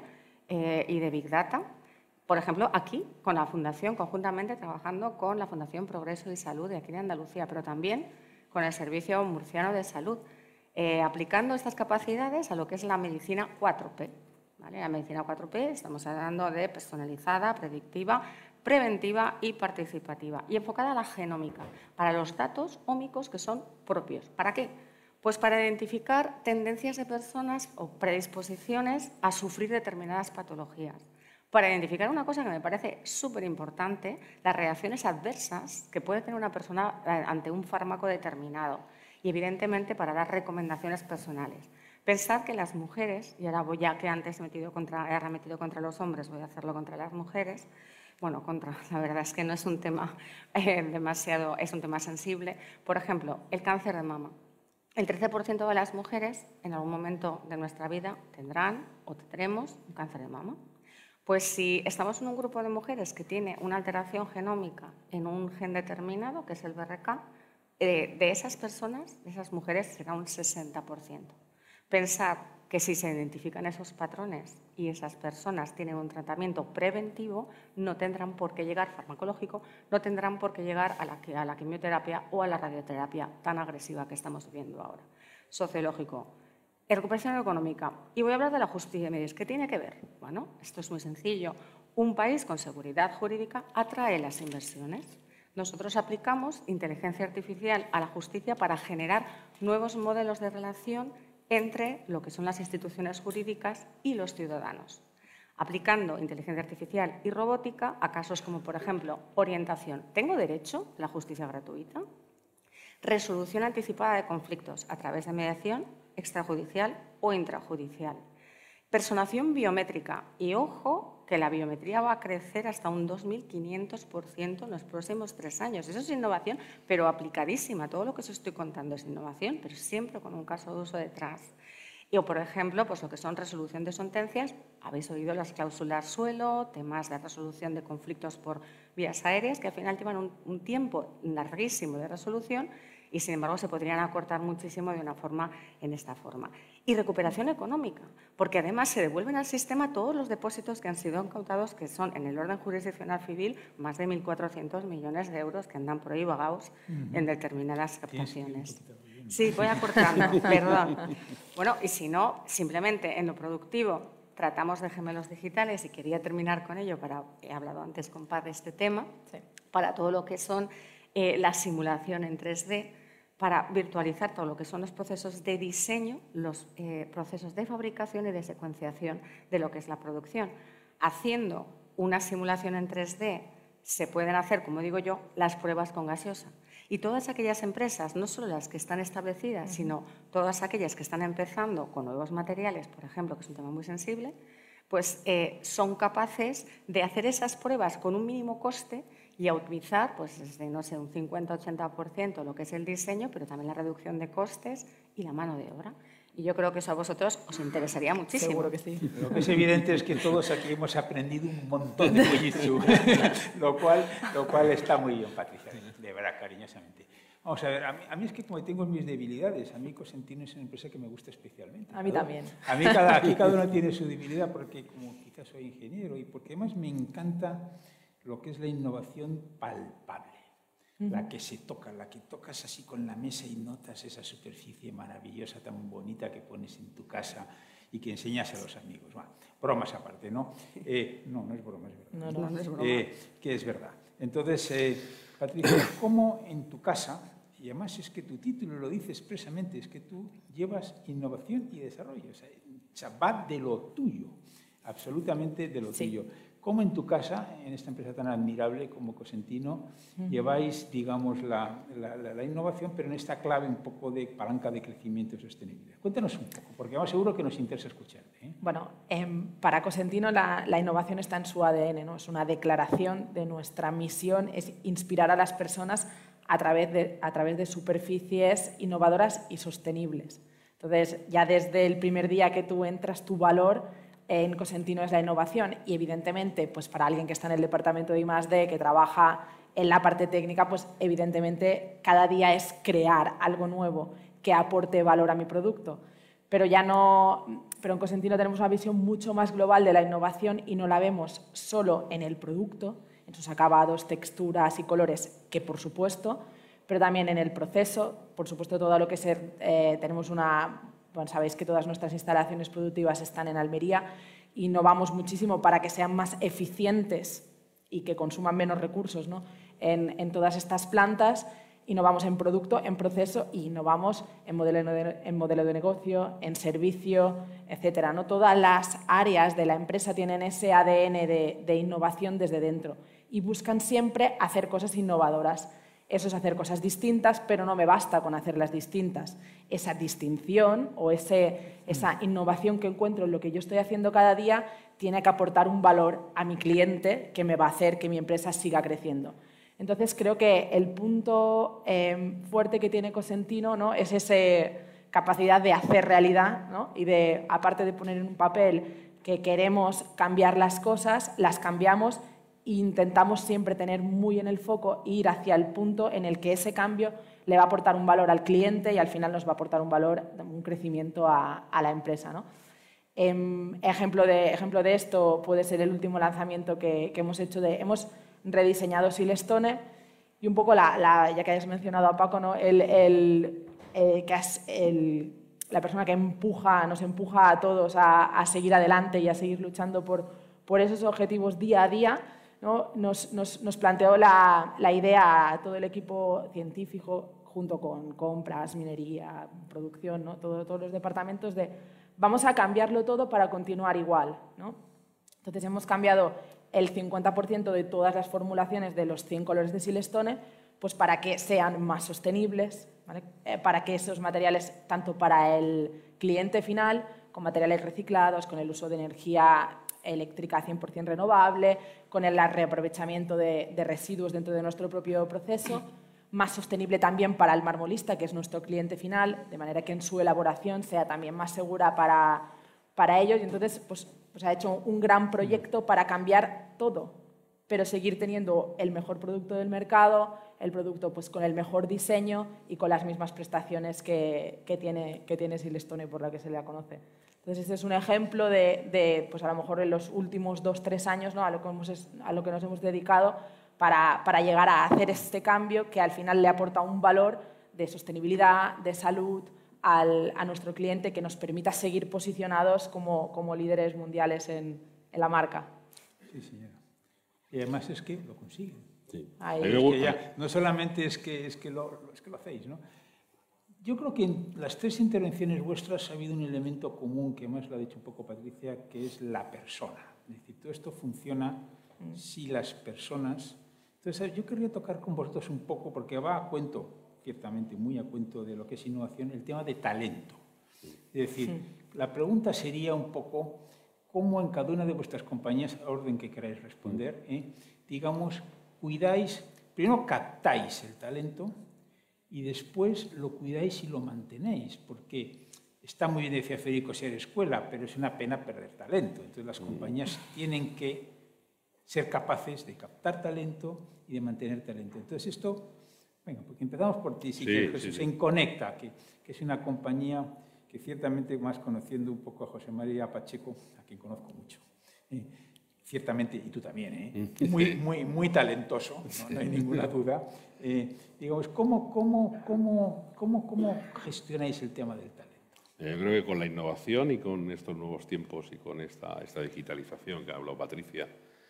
y de Big Data. Por ejemplo, aquí, con la Fundación, conjuntamente trabajando con la Fundación Progreso y Salud de aquí de Andalucía, pero también con el Servicio Murciano de Salud, aplicando estas capacidades a lo que es la medicina 4P. ¿Vale? La medicina 4P estamos hablando de personalizada, predictiva, preventiva y participativa, y enfocada a la genómica, para los datos ómicos que son propios. ¿Para qué? Pues para identificar tendencias de personas o predisposiciones a sufrir determinadas patologías. Para identificar una cosa que me parece súper importante, las reacciones adversas que puede tener una persona ante un fármaco determinado. Y, evidentemente, para dar recomendaciones personales. Pensad que las mujeres, y ahora voy, ya que antes he arremetido contra los hombres, voy a hacerlo contra las mujeres. Bueno, la verdad es que no es un tema demasiado, es un tema sensible. Por ejemplo, el cáncer de mama. El 13% de las mujeres en algún momento de nuestra vida tendrán o tendremos un cáncer de mama. Pues si estamos en un grupo de mujeres que tiene una alteración genómica en un gen determinado, que es el BRCA, de esas personas, de esas mujeres, será un 60%. Pensad que si se identifican esos patrones y esas personas tienen un tratamiento preventivo, no tendrán por qué llegar, farmacológico, no tendrán por qué llegar a la quimioterapia o a la radioterapia tan agresiva que estamos viviendo ahora. Sociológico. Recuperación económica. Y voy a hablar de la justicia. Me diréis, ¿qué tiene que ver? Bueno, esto es muy sencillo. Un país con seguridad jurídica atrae las inversiones. Nosotros aplicamos inteligencia artificial a la justicia para generar nuevos modelos de relación entre lo que son las instituciones jurídicas y los ciudadanos, aplicando inteligencia artificial y robótica a casos como, por ejemplo, orientación. ¿Tengo derecho a la justicia gratuita? Resolución anticipada de conflictos a través de mediación extrajudicial o intrajudicial. Personación biométrica. Y ojo, que la biometría va a crecer hasta un 2.500% en los próximos 3 años. Eso es innovación, pero aplicadísima. Todo lo que os estoy contando es innovación, pero siempre con un caso de uso detrás. Y, o, por ejemplo, pues lo que son resolución de sentencias. Habéis oído las cláusulas suelo, temas de resolución de conflictos por vías aéreas, que al final llevan un tiempo larguísimo de resolución y, sin embargo, se podrían acortar muchísimo de una forma en esta forma. Y recuperación económica, porque además se devuelven al sistema todos los depósitos que han sido incautados, que son, en el orden jurisdiccional civil, más de 1.400 millones de euros que andan por ahí vagados en determinadas captaciones. Sí, voy acortando, perdón. Bueno, y si no, simplemente en lo productivo tratamos de gemelos digitales, y quería terminar con ello, he hablado antes con Paz de este tema, sí, para todo lo que son la simulación en 3D, para virtualizar todo lo que son los procesos de diseño, los procesos de fabricación y de secuenciación de lo que es la producción. Haciendo una simulación en 3D se pueden hacer, como digo yo, las pruebas con gaseosa. Y todas aquellas empresas, no solo las que están establecidas, sino todas aquellas que están empezando con nuevos materiales, por ejemplo, que es un tema muy sensible, pues son capaces de hacer esas pruebas con un mínimo coste y a optimizar, pues desde, no sé, un 50-80% lo que es el diseño, pero también la reducción de costes y la mano de obra. Y yo creo que eso a vosotros os interesaría muchísimo. Seguro que sí. Lo que es evidente es que todos aquí hemos aprendido un montón de Fujitsu, lo cual está muy bien, Patricia, de verdad, cariñosamente. Vamos a ver, a mí es que como tengo mis debilidades, a mí Cosentino es una empresa que me gusta especialmente. A mí también. A mí aquí cada uno tiene su debilidad, porque como quizás soy ingeniero y porque además me encanta lo que es la innovación palpable. La que se toca, la que tocas así con la mesa y notas esa superficie maravillosa, tan bonita que pones en tu casa y que enseñas a los amigos. Bueno, bromas aparte, ¿no? No es broma, es verdad. No es broma. Que es verdad. Entonces, Patricia, ¿cómo en tu casa, y además es que tu título lo dice expresamente, es que tú llevas innovación y desarrollo, o sea va de lo tuyo? absolutamente de lo tuyo. ¿Cómo en tu casa, en esta empresa tan admirable como Cosentino, lleváis, digamos, la innovación, pero en esta clave un poco de palanca de crecimiento y sostenibilidad? Cuéntanos un poco, porque además seguro que nos interesa escucharte, ¿eh? Bueno, para Cosentino la innovación está en su ADN, ¿no? Es una declaración de nuestra misión, es inspirar a las personas a través de superficies innovadoras y sostenibles. Entonces, ya desde el primer día que tú entras, tu valor en Cosentino es la innovación y, evidentemente, pues para alguien que está en el departamento de I+D, que trabaja en la parte técnica, pues evidentemente cada día es crear algo nuevo que aporte valor a mi producto. Pero en Cosentino tenemos una visión mucho más global de la innovación y no la vemos solo en el producto, en sus acabados, texturas y colores, que por supuesto, pero también en el proceso, por supuesto todo lo que tenemos bueno, sabéis que todas nuestras instalaciones productivas están en Almería, innovamos muchísimo para que sean más eficientes y que consuman menos recursos, ¿no? en todas estas plantas. Innovamos en producto, en proceso y innovamos en modelo de negocio, en servicio, etcétera, ¿no? Todas las áreas de la empresa tienen ese ADN de innovación desde dentro y buscan siempre hacer cosas innovadoras. Eso es hacer cosas distintas, pero no me basta con hacerlas distintas. Esa distinción o esa innovación que encuentro en lo que yo estoy haciendo cada día tiene que aportar un valor a mi cliente que me va a hacer que mi empresa siga creciendo. Entonces, creo que el punto fuerte que tiene Cosentino, ¿no? Es esa capacidad de hacer realidad, ¿no? Y de, aparte de poner en un papel que queremos cambiar las cosas, las cambiamos e intentamos siempre tener muy en el foco e ir hacia el punto en el que ese cambio le va a aportar un valor al cliente y al final nos va a aportar un valor, un crecimiento a la empresa, ¿no? Ejemplo de esto puede ser el último lanzamiento que hemos hecho. Hemos rediseñado Silestone y un poco, ya que hayas mencionado a Paco, ¿no? Que es la persona que nos empuja a todos a seguir adelante y a seguir luchando por esos objetivos día a día, ¿no? Nos planteó la idea a todo el equipo científico, junto con compras, minería, producción, ¿no? Todos los departamentos, de vamos a cambiarlo todo para continuar igual, ¿no? Entonces hemos cambiado el 50% de todas las formulaciones de los 100 colores de Silestone, pues para que sean más sostenibles, ¿vale? Para que esos materiales, tanto para el cliente final, con materiales reciclados, con el uso de energía eléctrica 100% renovable, con el reaprovechamiento de residuos dentro de nuestro propio proceso, más sostenible también para el marmolista, que es nuestro cliente final, de manera que en su elaboración sea también más segura para ellos. Y entonces, pues ha hecho un gran proyecto para cambiar todo, pero seguir teniendo el mejor producto del mercado, el producto pues con el mejor diseño y con las mismas prestaciones que tiene Silestone, por la que se le conoce. Entonces, este es un ejemplo de pues a lo mejor en los últimos 2-3 años, ¿no? a lo que nos hemos dedicado para llegar a hacer este cambio que al final le aporta un valor de sostenibilidad, de salud a nuestro cliente, que nos permita seguir posicionados como líderes mundiales en la marca. Sí, señora. Y además es que lo consiguen. Sí. No solamente es que lo hacéis, ¿no? Yo creo que en las 3 intervenciones vuestras ha habido un elemento común, que más lo ha dicho un poco Patricia, que es la persona. Es decir, todo esto funciona si las personas... Entonces, yo querría tocar con vosotros un poco, porque va a cuento, ciertamente muy a cuento de lo que es innovación, el tema de talento. Es decir, la pregunta sería un poco cómo en cada una de vuestras compañías, a orden que queráis responder, digamos, cuidáis, primero captáis el talento y después lo cuidáis y lo mantenéis, porque está muy bien, decía Federico, ser escuela, pero es una pena perder talento. Entonces, las compañías tienen que ser capaces de captar talento y de mantener talento. Entonces, esto, venga, porque empezamos por ti, Jesús, en Conecta, que es una compañía que ciertamente, más conociendo un poco a José María Pacheco, a quien conozco mucho, ciertamente, y tú también, muy talentoso, no hay ninguna duda. Digamos, ¿cómo gestionáis el tema del talento? Yo creo que con la innovación y con estos nuevos tiempos y con esta digitalización que ha hablado Patricia,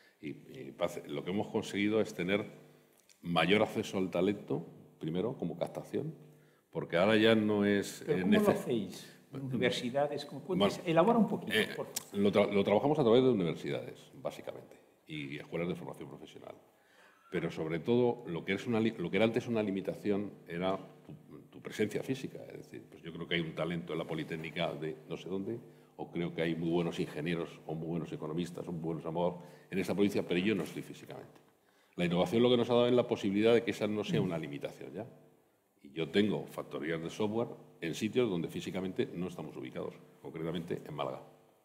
lo que hemos conseguido es tener mayor acceso al talento, primero, como captación, porque ahora ya no es... ¿Pero cómo lo hacéis? universidades. ¿Puedes elaborar un poquito? Lo trabajamos a través de universidades, básicamente, y escuelas de formación profesional. Pero sobre todo, lo que era antes una limitación era tu presencia física. Es decir, pues yo creo que hay un talento en la Politécnica de no sé dónde, o creo que hay muy buenos ingenieros, o muy buenos economistas, o muy buenos abogados en esta provincia, pero yo no estoy físicamente. La innovación lo que nos ha dado es la posibilidad de que esa no sea una limitación ya. Y yo tengo factorías de software en sitios donde físicamente no estamos ubicados, concretamente en Málaga.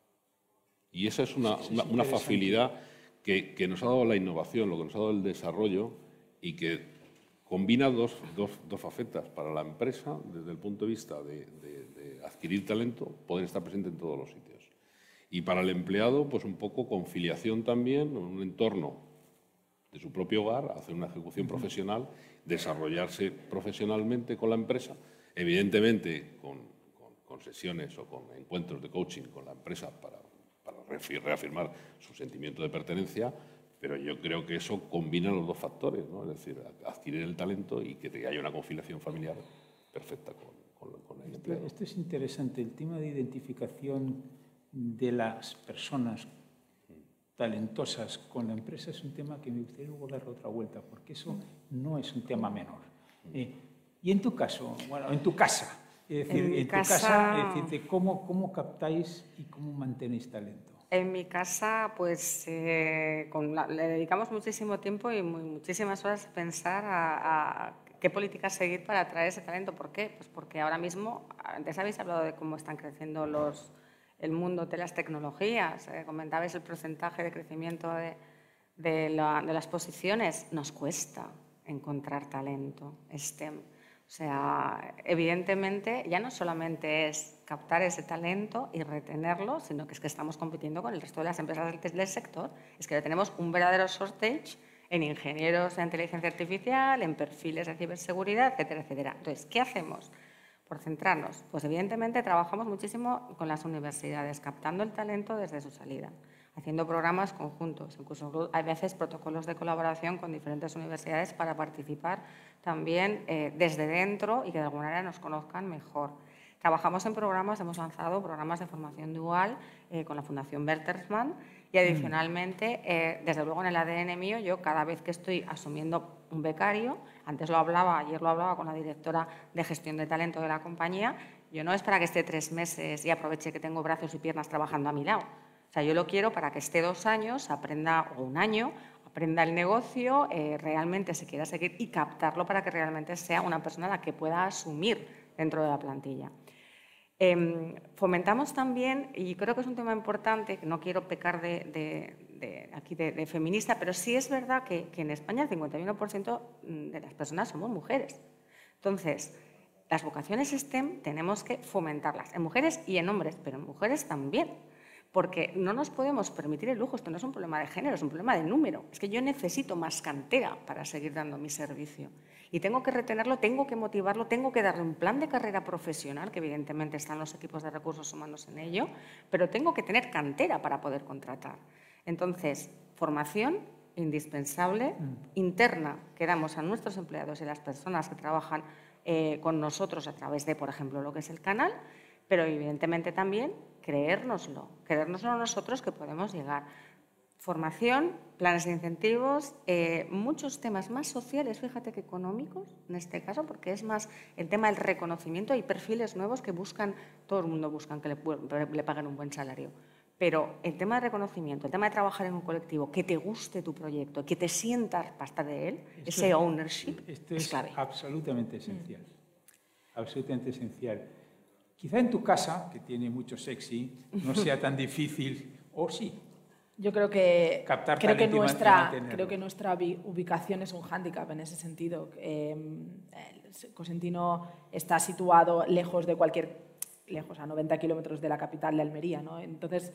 Y esa es una facilidad que nos ha dado la innovación, lo que nos ha dado el desarrollo, y que combina dos facetas. Para la empresa, desde el punto de vista de adquirir talento, poder estar presente en todos los sitios. Y para el empleado, pues un poco conciliación también, en un entorno de su propio hogar, hacer una ejecución profesional, desarrollarse profesionalmente con la empresa, evidentemente con sesiones o con encuentros de coaching con la empresa para reafirmar su sentimiento de pertenencia, pero yo creo que eso combina los dos factores, ¿no? Es decir, adquirir el talento y que haya una conciliación familiar perfecta con el empleo. Esto es interesante, el tema de identificación de las personas talentosas con la empresa es un tema que me gustaría luego darle otra vuelta, porque eso no es un tema menor. Y en tu caso, bueno, en tu casa, es decir, de cómo captáis y cómo mantenéis talento. En mi casa, pues le dedicamos muchísimo tiempo y muchísimas horas a pensar a qué políticas seguir para atraer ese talento. ¿Por qué? Pues porque ahora mismo, antes habéis hablado de cómo están creciendo el mundo de las tecnologías, comentabais el porcentaje de crecimiento de las posiciones. Nos cuesta encontrar talento STEM. O sea, evidentemente ya no solamente es captar ese talento y retenerlo, sino que es que estamos compitiendo con el resto de las empresas del sector. Es que tenemos un verdadero shortage en ingenieros de inteligencia artificial, en perfiles de ciberseguridad, etcétera, etcétera. Entonces, ¿qué hacemos? Por centrarnos, pues evidentemente trabajamos muchísimo con las universidades, captando el talento desde su salida, haciendo programas conjuntos, incluso hay veces protocolos de colaboración con diferentes universidades para participar también desde dentro y que de alguna manera nos conozcan mejor. Trabajamos en programas, hemos lanzado programas de formación dual con la Fundación Bertelsmann y adicionalmente, desde luego en el ADN mío, yo cada vez que estoy asumiendo un becario, ayer lo hablaba con la directora de gestión de talento de la compañía, yo no es para que esté 3 meses y aproveche que tengo brazos y piernas trabajando a mi lado. O sea, yo lo quiero para que esté 2 años, aprenda, o 1 año, aprenda el negocio, realmente se quiera seguir y captarlo para que realmente sea una persona a la que pueda asumir dentro de la plantilla. Fomentamos también, y creo que es un tema importante, que no quiero pecar de feminista, pero sí es verdad que en España el 51% de las personas somos mujeres. Entonces, las vocaciones STEM tenemos que fomentarlas, en mujeres y en hombres, pero en mujeres también. Porque no nos podemos permitir el lujo, esto no es un problema de género, es un problema de número. Es que yo necesito más cantera para seguir dando mi servicio. Y tengo que retenerlo, tengo que motivarlo, tengo que darle un plan de carrera profesional, que evidentemente están los equipos de recursos humanos en ello, pero tengo que tener cantera para poder contratar. Entonces, formación indispensable, interna, que damos a nuestros empleados y a las personas que trabajan con nosotros a través de, por ejemplo, lo que es el canal, pero evidentemente también creérnoslo nosotros que podemos llegar. Formación, planes de incentivos, muchos temas más sociales, fíjate que económicos en este caso, porque es más el tema del reconocimiento. Hay perfiles nuevos que buscan, todo el mundo busca que le paguen un buen salario, pero el tema de reconocimiento, el tema de trabajar en un colectivo, que te guste tu proyecto, que te sientas parte de él, ese ownership es clave. Absolutamente esencial, absolutamente esencial. Quizá en tu casa, que tiene mucho sexy, no sea tan difícil, o sí. Yo creo que nuestra ubicación es un hándicap en ese sentido. Cosentino está situado lejos a 90 kilómetros de la capital de Almería, ¿no? Entonces,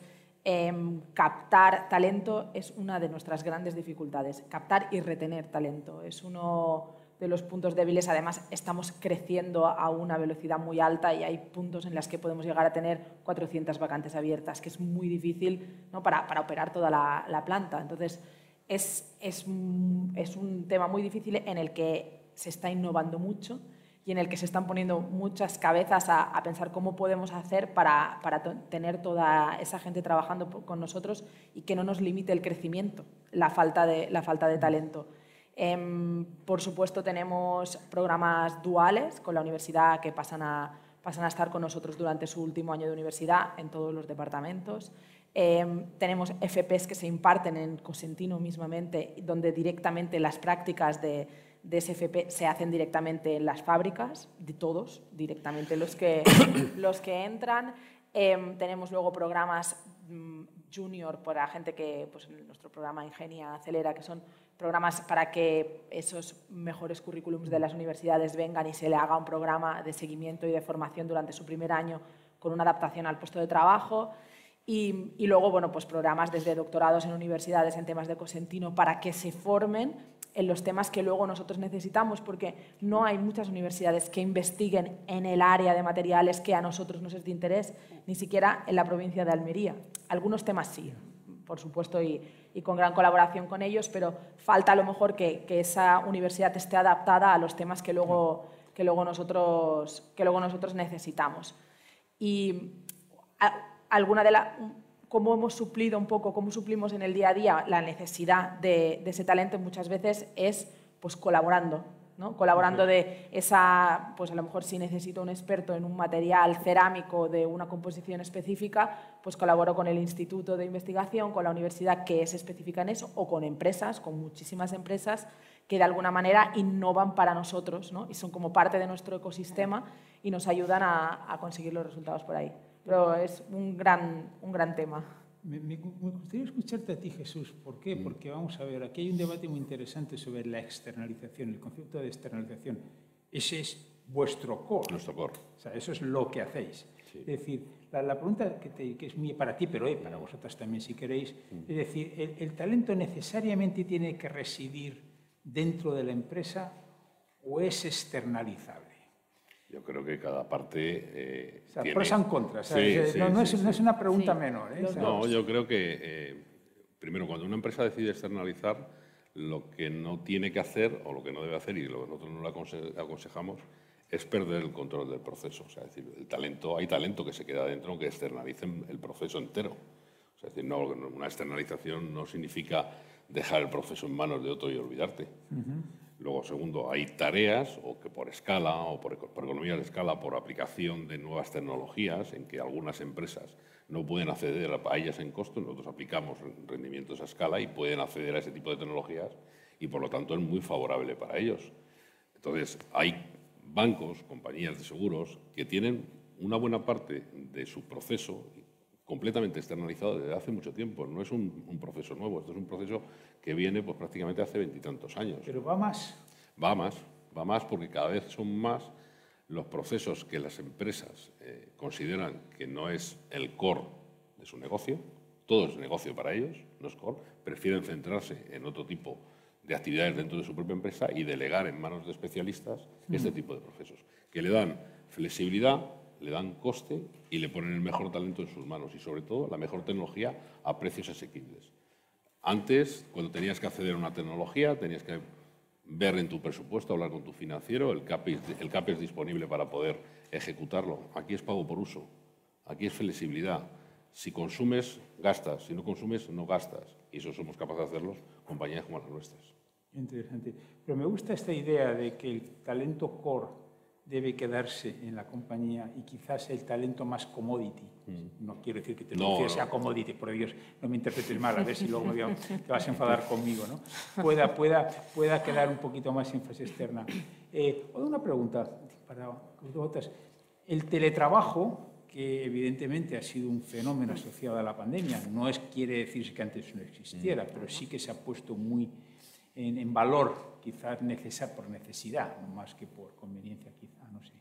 captar talento es una de nuestras grandes dificultades. Captar y retener talento es uno de los puntos débiles. Además, estamos creciendo a una velocidad muy alta y hay puntos en los que podemos llegar a tener 400 vacantes abiertas, que es muy difícil, ¿no?, para operar toda la planta. Entonces, es un tema muy difícil en el que se está innovando mucho y en el que se están poniendo muchas cabezas a pensar cómo podemos hacer para tener toda esa gente trabajando con nosotros y que no nos limite el crecimiento, la falta de talento. Por supuesto, tenemos programas duales con la universidad que pasan a estar con nosotros durante su último año de universidad en todos los departamentos. Tenemos FPs que se imparten en Cosentino mismamente, donde directamente las prácticas de ese FP se hacen directamente en las fábricas, de todos, directamente los que entran. Tenemos luego programas junior para gente que, pues nuestro programa Ingenia Acelera, que son programas para que esos mejores currículums de las universidades vengan y se le haga un programa de seguimiento y de formación durante su primer año con una adaptación al puesto de trabajo. Y luego, bueno, pues programas desde doctorados en universidades en temas de Cosentino para que se formen en los temas que luego nosotros necesitamos, porque no hay muchas universidades que investiguen en el área de materiales que a nosotros nos es de interés, ni siquiera en la provincia de Almería. Algunos temas sí, por supuesto, y con gran colaboración con ellos, pero falta a lo mejor que esa universidad esté adaptada a los temas que luego nosotros necesitamos. Y alguna de las... cómo hemos suplido un poco, cómo suplimos en el día a día la necesidad de ese talento muchas veces es pues colaborando, ¿no? Colaborando de esa, pues a lo mejor si necesito un experto en un material cerámico de una composición específica, pues colaboro con el instituto de investigación, con la universidad que es específica en eso, o con empresas, con muchísimas empresas que de alguna manera innovan para nosotros, ¿no? Y son como parte de nuestro ecosistema y nos ayudan a conseguir los resultados por ahí. Pero es un gran tema. Me gustaría escucharte a ti, Jesús. ¿Por qué? Porque vamos a ver, aquí hay un debate muy interesante sobre la externalización, el concepto de externalización. Ese es vuestro core. Nuestro core. O sea, eso es lo que hacéis. Sí. Es decir, la pregunta que es muy para ti, pero para vosotras también si queréis, es decir, ¿el talento necesariamente tiene que residir dentro de la empresa o es externalizable? Yo creo que cada parte o sea, tiene... pros y contras. No es una pregunta menor. No, yo creo que, primero, cuando una empresa decide externalizar, lo que no tiene que hacer, o lo que no debe hacer, y lo que nosotros no le aconsejamos, es perder el control del proceso. O sea, es decir, hay talento que se queda dentro, aunque externalicen el proceso entero. O sea, es decir, una externalización no significa dejar el proceso en manos de otro y olvidarte. Luego, segundo, hay tareas, o que por escala, o por economía de escala, por aplicación de nuevas tecnologías, en que algunas empresas no pueden acceder a ellas en costo. Nosotros aplicamos rendimientos a escala y pueden acceder a ese tipo de tecnologías y, por lo tanto, es muy favorable para ellos. Entonces, hay bancos, compañías de seguros, que tienen una buena parte de su proceso completamente externalizado desde hace mucho tiempo. No es un proceso nuevo, esto es un proceso que viene pues, prácticamente hace 20 y tantos años. ¿Pero va más? Va más porque cada vez son más los procesos que las empresas consideran que no es el core de su negocio. Todo es negocio para ellos, no es core. Prefieren centrarse en otro tipo de actividades dentro de su propia empresa y delegar en manos de especialistas este tipo de procesos, que le dan flexibilidad, le dan coste y le ponen el mejor talento en sus manos y, sobre todo, la mejor tecnología a precios asequibles. Antes, cuando tenías que acceder a una tecnología, tenías que ver en tu presupuesto, hablar con tu financiero, el CAPEX disponible para poder ejecutarlo. Aquí es pago por uso, aquí es flexibilidad. Si consumes, gastas. Si no consumes, no gastas. Y eso somos capaces de hacerlo compañías como las nuestras. Interesante. Pero me gusta esta idea de que el talento core debe quedarse en la compañía y quizás el talento más commodity. No quiero decir que tecnología sea commodity, por Dios, no me interpretes mal, a ver si luego te vas a enfadar conmigo, ¿no? Pueda quedar un poquito más en fase externa. Una pregunta para vosotras. El teletrabajo, que evidentemente ha sido un fenómeno asociado a la pandemia, quiere decir que antes no existiera, pero sí que se ha puesto muy en valor, quizás por necesidad, más que por conveniencia, quizá, no sé.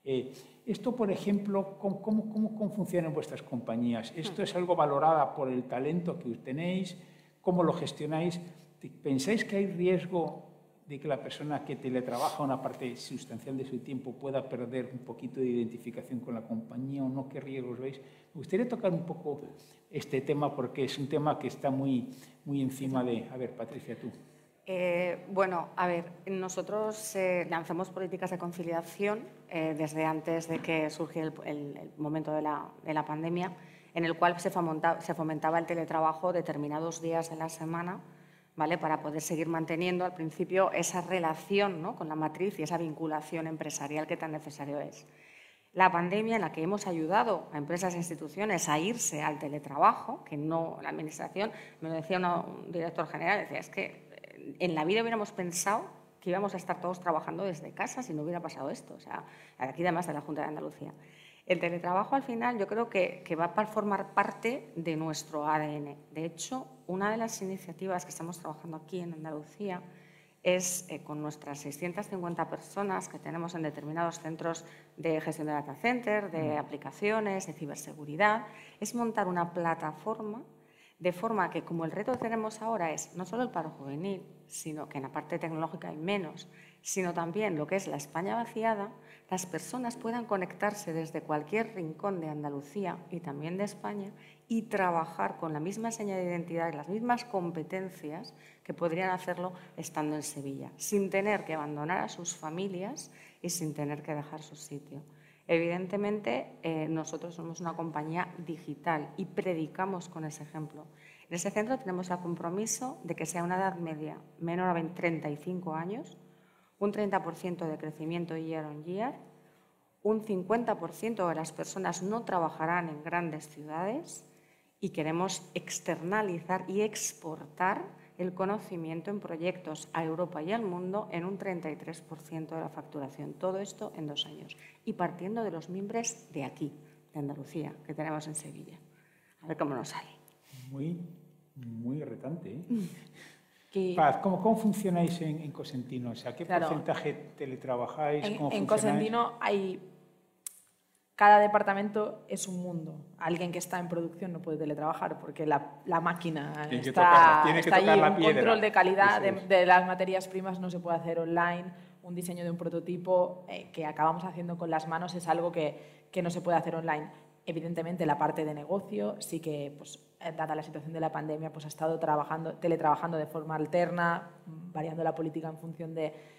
Esto, por ejemplo, ¿cómo funciona en vuestras compañías? ¿Esto es algo valorado por el talento que tenéis? ¿Cómo lo gestionáis? ¿Pensáis que hay riesgo de que la persona que teletrabaja una parte sustancial de su tiempo pueda perder un poquito de identificación con la compañía o no? ¿Qué riesgos veis? Me gustaría tocar un poco este tema porque es un tema que está muy encima de... A ver, Patricia, tú. Bueno, a ver, nosotros lanzamos políticas de conciliación desde antes de que surgiera el momento de la pandemia, en el cual se fomentaba el teletrabajo determinados días de la semana, ¿vale? Para poder seguir manteniendo al principio esa relación, ¿no?, con la matriz y esa vinculación empresarial que tan necesario es. La pandemia, en la que hemos ayudado a empresas e instituciones a irse al teletrabajo, que no la Administración, me lo decía un director general, decía, es que en la vida hubiéramos pensado que íbamos a estar todos trabajando desde casa si no hubiera pasado esto. O sea, aquí además de la Junta de Andalucía. El teletrabajo, al final, yo creo que va a formar parte de nuestro ADN. De hecho, una de las iniciativas que estamos trabajando aquí en Andalucía es con nuestras 650 personas que tenemos en determinados centros de gestión de data center, de aplicaciones, de ciberseguridad, es montar una plataforma de forma que, como el reto que tenemos ahora es no solo el paro juvenil, sino que en la parte tecnológica hay menos, sino también lo que es la España vaciada, las personas puedan conectarse desde cualquier rincón de Andalucía y también de España y trabajar con la misma seña de identidad y las mismas competencias que podrían hacerlo estando en Sevilla, sin tener que abandonar a sus familias y sin tener que dejar su sitio. Evidentemente, nosotros somos una compañía digital y predicamos con ese ejemplo. En ese centro tenemos el compromiso de que sea una edad media menor a 35 años, un 30% de crecimiento year on year, un 50% de las personas no trabajarán en grandes ciudades y queremos externalizar y exportar el conocimiento en proyectos a Europa y al mundo en un 33% de la facturación. Todo esto en 2 años. Y partiendo de los mimbres de aquí, de Andalucía, que tenemos en Sevilla. A ver cómo nos sale. Muy retante, ¿eh? Paz, ¿cómo funcionáis en Cosentino? O sea, ¿qué porcentaje teletrabajáis? En Cosentino hay... Cada departamento es un mundo. Alguien que está en producción no puede teletrabajar porque la máquina está allí. Un control de calidad de las materias primas no se puede hacer online. Un diseño de un prototipo que acabamos haciendo con las manos es algo que no se puede hacer online. Evidentemente, la parte de negocio sí que, pues, dada la situación de la pandemia, pues, ha estado teletrabajando de forma alterna, variando la política en función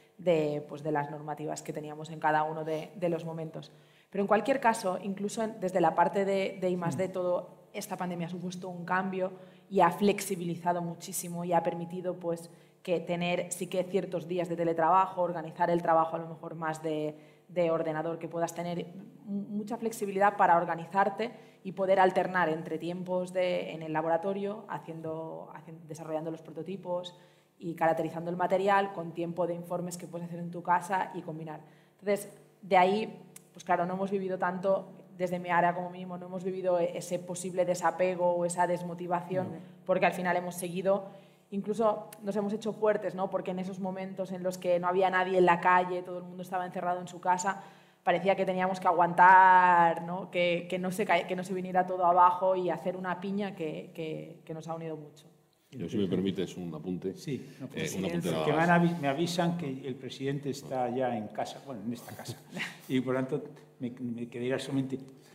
de las normativas que teníamos en cada uno de los momentos. Pero en cualquier caso, incluso desde la parte de I+D, esta pandemia ha supuesto un cambio y ha flexibilizado muchísimo y ha permitido, pues, que tener sí que ciertos días de teletrabajo, organizar el trabajo a lo mejor más de ordenador, que puedas tener mucha flexibilidad para organizarte y poder alternar entre tiempos en el laboratorio, desarrollando los prototipos y caracterizando el material, con tiempo de informes que puedes hacer en tu casa y combinar. Entonces, de ahí, pues claro, no hemos vivido tanto, desde mi área como mínimo, no hemos vivido ese posible desapego o esa desmotivación, porque al final hemos seguido, incluso nos hemos hecho fuertes, ¿no? Porque en esos momentos en los que no había nadie en la calle, todo el mundo estaba encerrado en su casa, parecía que teníamos que aguantar, ¿no? Que no se viniera todo abajo y hacer una piña que nos ha unido mucho. Yo, si me permites, un apunte. Sí, un apunte nada que más. Me avisan que el presidente está ya en casa, bueno, en esta casa. Y por lo tanto, me quedaría solamente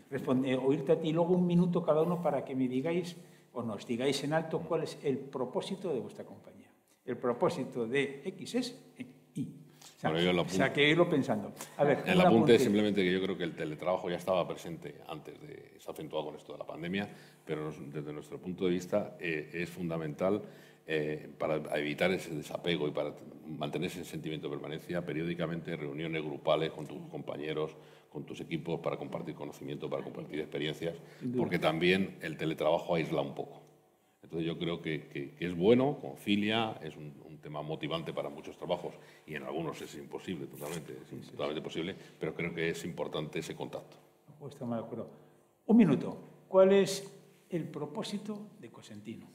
oírte a ti luego un minuto cada uno para que me digáis o nos digáis en alto cuál es el propósito de vuestra compañía. El propósito de X es Y. O sea, que irlo pensando. A ver, el apunte es simplemente que yo creo que el teletrabajo ya estaba presente antes se ha acentuado con esto de la pandemia, pero desde nuestro punto de vista es fundamental para evitar ese desapego y para mantener ese sentimiento de permanencia, periódicamente reuniones grupales con tus compañeros, con tus equipos, para compartir conocimiento, para compartir experiencias, porque también el teletrabajo aísla un poco. Entonces yo creo que es bueno, concilia, es un tema motivante para muchos trabajos y en algunos es imposible totalmente, totalmente posible, pero creo que es importante ese contacto. Estamos de acuerdo. Un minuto. ¿Cuál es el propósito de Cosentino?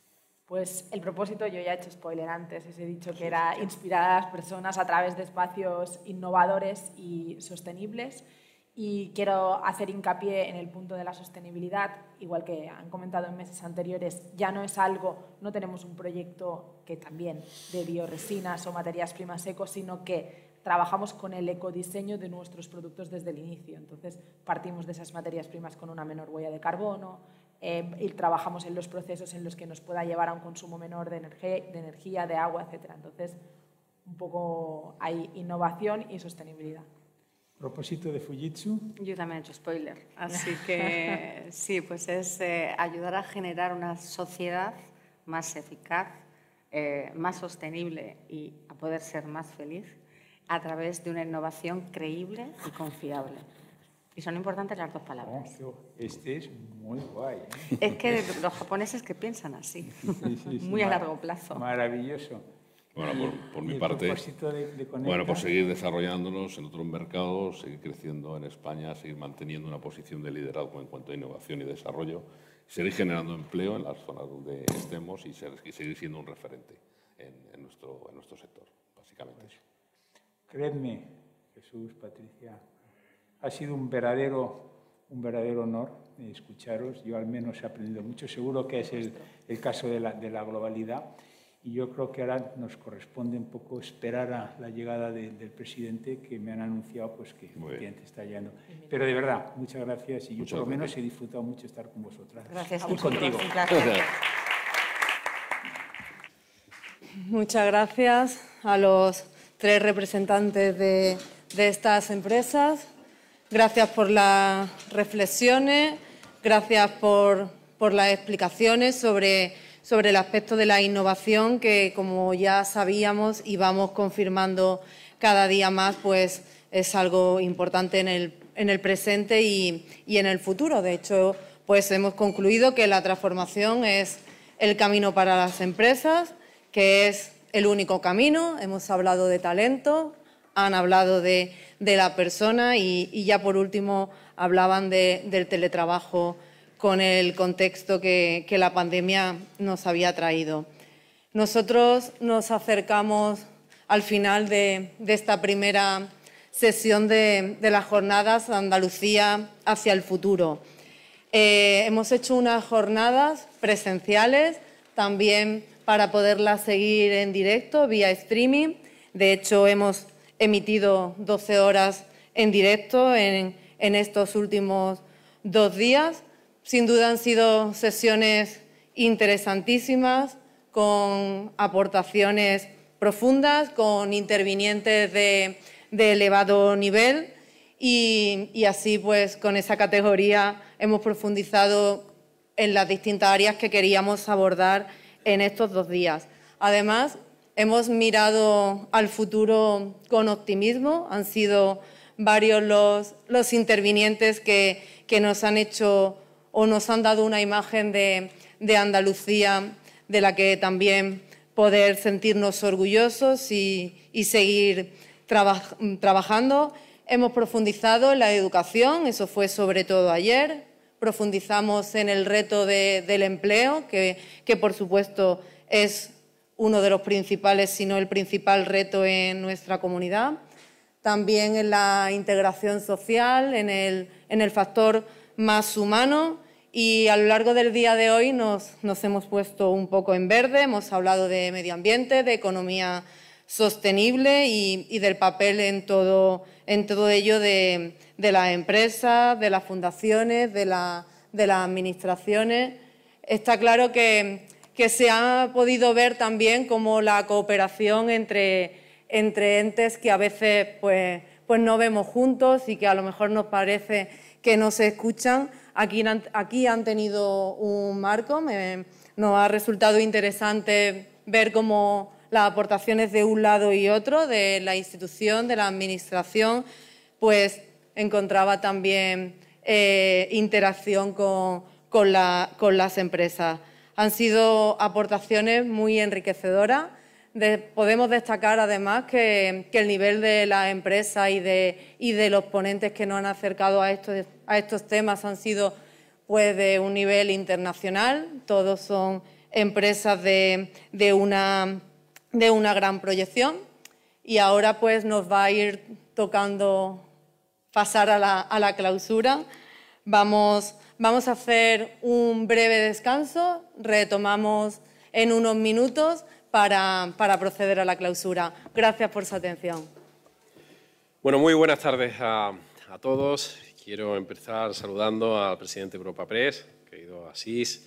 Pues el propósito, yo ya he hecho spoiler antes, os he dicho que era inspirar a las personas a través de espacios innovadores y sostenibles. Y quiero hacer hincapié en el punto de la sostenibilidad, igual que han comentado en meses anteriores, ya no es algo, no tenemos un proyecto que también de bioresinas o materias primas ecos, sino que trabajamos con el ecodiseño de nuestros productos desde el inicio. Entonces, partimos de esas materias primas con una menor huella de carbono, y trabajamos en los procesos en los que nos pueda llevar a un consumo menor de energía, de agua, etc. Entonces, un poco hay innovación y sostenibilidad. A propósito de Fujitsu. Yo también he hecho spoiler, así que sí, pues es ayudar a generar una sociedad más eficaz, más sostenible y a poder ser más feliz a través de una innovación creíble y confiable. Y son importantes las dos palabras. Este es muy guay. Es que los japoneses que piensan así, muy a largo plazo. Maravilloso. Bueno, por mi parte, bueno, pues seguir desarrollándonos en otros mercados, seguir creciendo en España, seguir manteniendo una posición de liderazgo en cuanto a innovación y desarrollo, seguir generando empleo en las zonas donde estemos y seguir siendo un referente en nuestro sector, básicamente. Creedme, Jesús, Patricia, ha sido un verdadero honor escucharos. Yo al menos he aprendido mucho. Seguro que es el caso de la globalidad. Y yo creo que ahora nos corresponde un poco esperar a la llegada del presidente, que me han anunciado pues, que efectivamente está llegando. Pero de verdad, muchas gracias. Y yo por lo menos he disfrutado mucho estar con vosotras. Gracias. Y contigo. Muchas gracias a los 3 representantes de estas empresas. Gracias por las reflexiones, gracias por las explicaciones sobre el aspecto de la innovación que, como ya sabíamos y vamos confirmando cada día más, pues es algo importante en el presente y en el futuro. De hecho, pues hemos concluido que la transformación es el camino para las empresas, que es el único camino. Hemos hablado de talento, han hablado de la persona y ya por último hablaban del teletrabajo con el contexto que la pandemia nos había traído. Nosotros nos acercamos al final de esta primera sesión de las jornadas Andalucía hacia el futuro. Hemos hecho unas jornadas presenciales también para poderlas seguir en directo vía streaming. De hecho, hemos emitido 12 horas en directo en estos últimos 2 días. Sin duda han sido sesiones interesantísimas, con aportaciones profundas, con intervinientes de elevado nivel y así, pues, con esa categoría hemos profundizado en las distintas áreas que queríamos abordar en estos 2 días. Además, hemos mirado al futuro con optimismo. Han sido varios los intervinientes que nos han hecho o nos han dado una imagen de Andalucía de la que también poder sentirnos orgullosos y seguir trabajando. Hemos profundizado en la educación, eso fue sobre todo ayer. Profundizamos en el reto del empleo, que por supuesto es uno de los principales, si no el principal reto en nuestra comunidad. También en la integración social, en el factor más humano. Y a lo largo del día de hoy nos hemos puesto un poco en verde, hemos hablado de medio ambiente, de economía sostenible y del papel en todo ello de las empresas, de las fundaciones, de las administraciones. Está claro que se ha podido ver también como la cooperación entre entes que a veces pues no vemos juntos y que a lo mejor nos parece que no se escuchan. Aquí han tenido un marco. Nos ha resultado interesante ver cómo las aportaciones de un lado y otro, de la institución, de la administración, pues encontraba también interacción con las empresas. Han sido aportaciones muy enriquecedoras. Podemos destacar además que el nivel de las empresas y de los ponentes que nos han acercado a estos temas han sido pues de un nivel internacional. Todos son empresas de una gran proyección y ahora pues nos va a ir tocando pasar a la clausura. Vamos a hacer un breve descanso, retomamos en unos minutos para proceder a la clausura. Gracias por su atención. Bueno, muy buenas tardes a todos. Quiero empezar saludando al presidente de Europa Press, que querido Asís,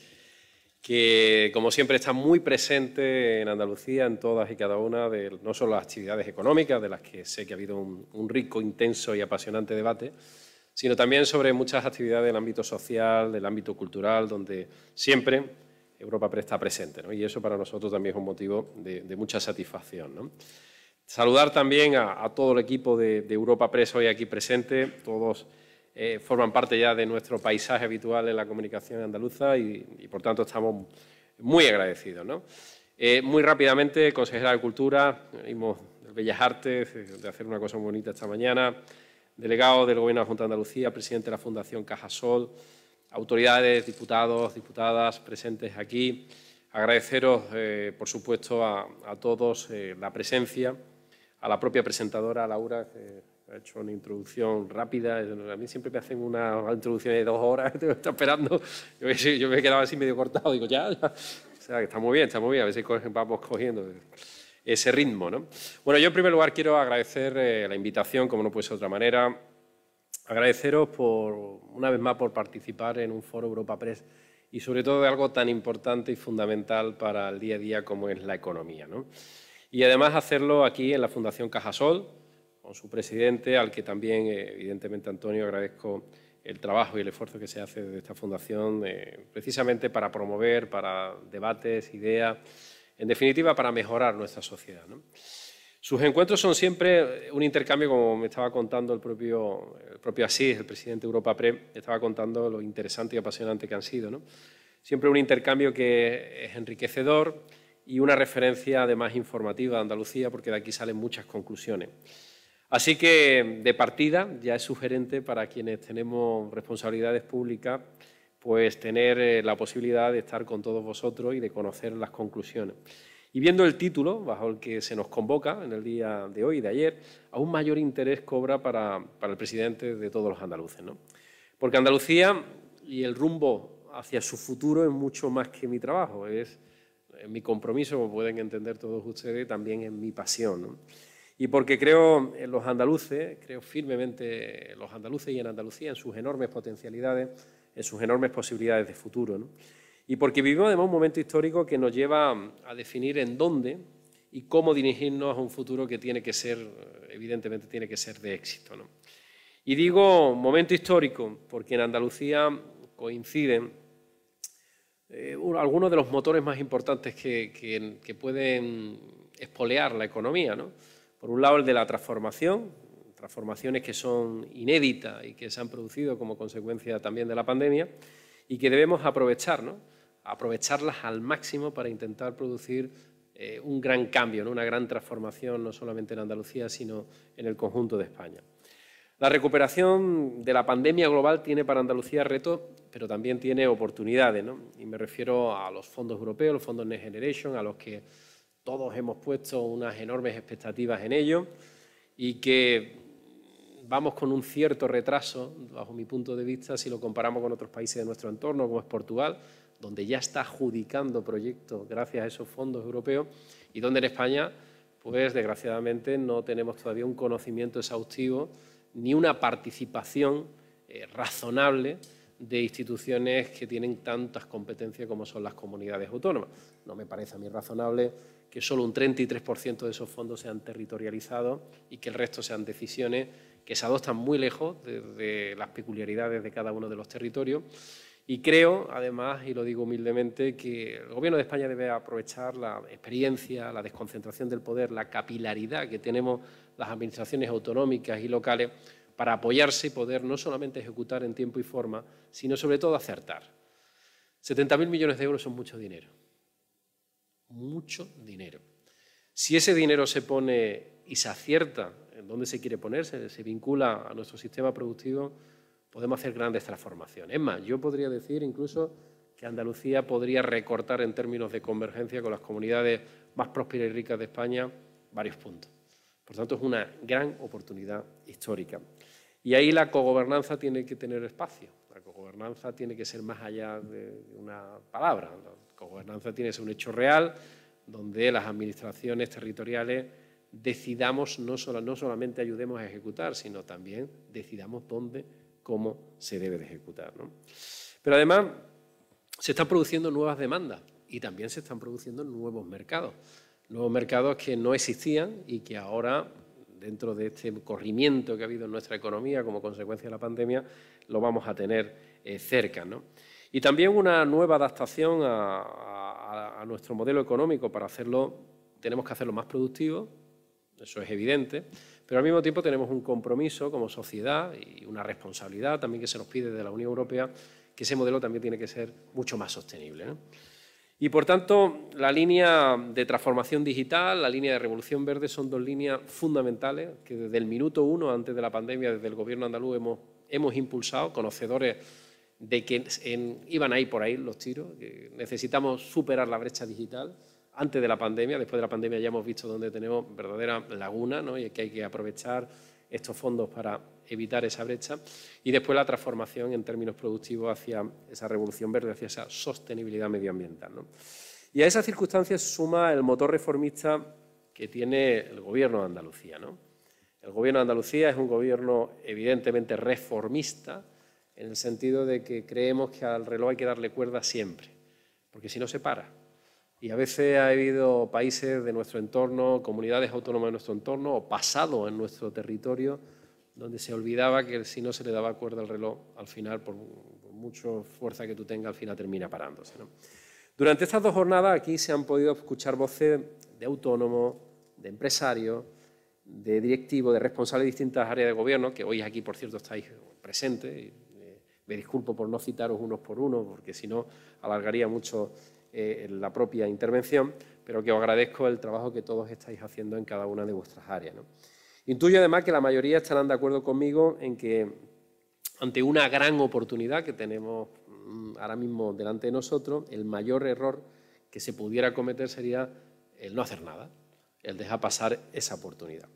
que como siempre está muy presente en Andalucía en todas y cada una de no solo las actividades económicas, de las que sé que ha habido un rico, intenso y apasionante debate, sino también sobre muchas actividades del ámbito social, del ámbito cultural, donde siempre Europa Press está presente, ¿no? Y eso para nosotros también es un motivo de mucha satisfacción, ¿no? Saludar también a todo el equipo de Europa Press hoy aquí presente, todos forman parte ya de nuestro paisaje habitual en la comunicación andaluza y por tanto estamos muy agradecidos, ¿no? Muy rápidamente, consejera de Cultura, venimos de Bellas Artes, de hacer una cosa muy bonita esta mañana, delegado del Gobierno de la Junta de Andalucía, presidente de la Fundación Cajasol, autoridades, diputados, diputadas presentes aquí. Agradeceros, por supuesto, a todos la presencia, a la propia presentadora, Laura, que ha hecho una introducción rápida. A mí siempre me hacen una introducción de 2 horas, tengo que estar esperando. Yo me he quedado así medio cortado, digo, ya. O sea, que está muy bien, a ver si vamos cogiendo ese ritmo, ¿no? Bueno, yo en primer lugar quiero agradecer la invitación, como no puede ser de otra manera. Agradeceros una vez más por participar en un foro Europa Press y sobre todo de algo tan importante y fundamental para el día a día como es la economía, ¿no? Y además hacerlo aquí en la Fundación Cajasol, con su presidente, al que también, evidentemente, Antonio, agradezco el trabajo y el esfuerzo que se hace desde esta fundación, precisamente para promover, para debates, ideas, en definitiva, para mejorar nuestra sociedad, ¿no? Sus encuentros son siempre un intercambio, como me estaba contando el propio Asís, el presidente de Europa Press, estaba contando lo interesante y apasionante que han sido, ¿no? Siempre un intercambio que es enriquecedor y una referencia además informativa de Andalucía, porque de aquí salen muchas conclusiones. Así que, de partida, ya es sugerente para quienes tenemos responsabilidades públicas, pues tener la posibilidad de estar con todos vosotros y de conocer las conclusiones. Y viendo el título, bajo el que se nos convoca en el día de hoy y de ayer, aún mayor interés cobra para el presidente de todos los andaluces, ¿no? Porque Andalucía y el rumbo hacia su futuro es mucho más que mi trabajo, es mi compromiso, como pueden entender todos ustedes, también es mi pasión, ¿no? Y porque creo en los andaluces, creo firmemente en los andaluces y en Andalucía, en sus enormes potencialidades, en sus enormes posibilidades de futuro, ¿no? Y porque vivimos además un momento histórico que nos lleva a definir en dónde y cómo dirigirnos a un futuro que tiene que ser, evidentemente, tiene que ser de éxito, ¿no? Y digo momento histórico porque en Andalucía coinciden algunos de los motores más importantes que pueden espolear la economía, ¿no? Por un lado, el de la transformación, transformaciones que son inéditas y que se han producido como consecuencia también de la pandemia y que debemos aprovechar, ¿no? Aprovecharlas al máximo para intentar producir un gran cambio, ¿no? Una gran transformación, no solamente en Andalucía, sino en el conjunto de España. La recuperación de la pandemia global tiene para Andalucía retos, pero también tiene oportunidades, ¿no? Y me refiero a los fondos europeos, los fondos Next Generation, a los que todos hemos puesto unas enormes expectativas en ellos y que vamos con un cierto retraso, bajo mi punto de vista, si lo comparamos con otros países de nuestro entorno, como es Portugal, donde ya está adjudicando proyectos gracias a esos fondos europeos y donde en España, pues desgraciadamente, no tenemos todavía un conocimiento exhaustivo ni una participación razonable de instituciones que tienen tantas competencias como son las comunidades autónomas. No me parece a mí razonable que solo un 33% de esos fondos sean territorializados y que el resto sean decisiones que se adoptan muy lejos de las peculiaridades de cada uno de los territorios. Y creo, además, y lo digo humildemente, que el Gobierno de España debe aprovechar la experiencia, la desconcentración del poder, la capilaridad que tenemos las administraciones autonómicas y locales para apoyarse y poder no solamente ejecutar en tiempo y forma, sino sobre todo acertar. 70.000 millones de euros son mucho dinero. Mucho dinero. Si ese dinero se pone y se acierta en dónde se quiere poner, se vincula a nuestro sistema productivo, podemos hacer grandes transformaciones. Es más, yo podría decir incluso que Andalucía podría recortar en términos de convergencia con las comunidades más prósperas y ricas de España varios puntos. Por tanto, es una gran oportunidad histórica. Y ahí la cogobernanza tiene que tener espacio. La cogobernanza tiene que ser más allá de una palabra. La cogobernanza tiene que ser un hecho real donde las administraciones territoriales decidamos, no solamente ayudemos a ejecutar, sino también decidamos dónde, cómo se debe de ejecutar, ¿no? Pero además, se están produciendo nuevas demandas y también se están produciendo nuevos mercados que no existían y que ahora, dentro de este corrimiento que ha habido en nuestra economía como consecuencia de la pandemia, lo vamos a tener cerca, ¿no? Y también una nueva adaptación a nuestro modelo económico. Para hacerlo tenemos que hacerlo más productivo, eso es evidente, pero al mismo tiempo tenemos un compromiso como sociedad y una responsabilidad también que se nos pide de la Unión Europea, que ese modelo también tiene que ser mucho más sostenible, ¿no? Y, por tanto, la línea de transformación digital, la línea de revolución verde son dos líneas fundamentales que desde el minuto 1, antes de la pandemia, desde el Gobierno andaluz hemos impulsado, conocedores de que iban a ir por ahí los tiros, que necesitamos superar la brecha digital antes de la pandemia. Después de la pandemia ya hemos visto dónde tenemos verdadera laguna, ¿no? Y que hay que aprovechar estos fondos para evitar esa brecha, y después la transformación en términos productivos hacia esa revolución verde, hacia esa sostenibilidad medioambiental, ¿no? Y a esas circunstancias se suma el motor reformista que tiene el Gobierno de Andalucía, ¿no? El Gobierno de Andalucía es un gobierno evidentemente reformista, en el sentido de que creemos que al reloj hay que darle cuerda siempre, porque si no se para. Y a veces ha habido países de nuestro entorno, comunidades autónomas de nuestro entorno o pasado en nuestro territorio, donde se olvidaba que si no se le daba cuerda al reloj, al final, por mucha fuerza que tú tengas, al final termina parándose, ¿no? Durante estas 2 jornadas aquí se han podido escuchar voces de autónomos, de empresarios, de directivos, de responsables de distintas áreas de gobierno, que hoy aquí, por cierto, estáis presentes. Y me disculpo por no citaros unos por uno, porque si no alargaría mucho la propia intervención, pero que os agradezco el trabajo que todos estáis haciendo en cada una de vuestras áreas, ¿no? Intuyo además que la mayoría estarán de acuerdo conmigo en que ante una gran oportunidad que tenemos ahora mismo delante de nosotros, el mayor error que se pudiera cometer sería el no hacer nada, el dejar pasar esa oportunidad.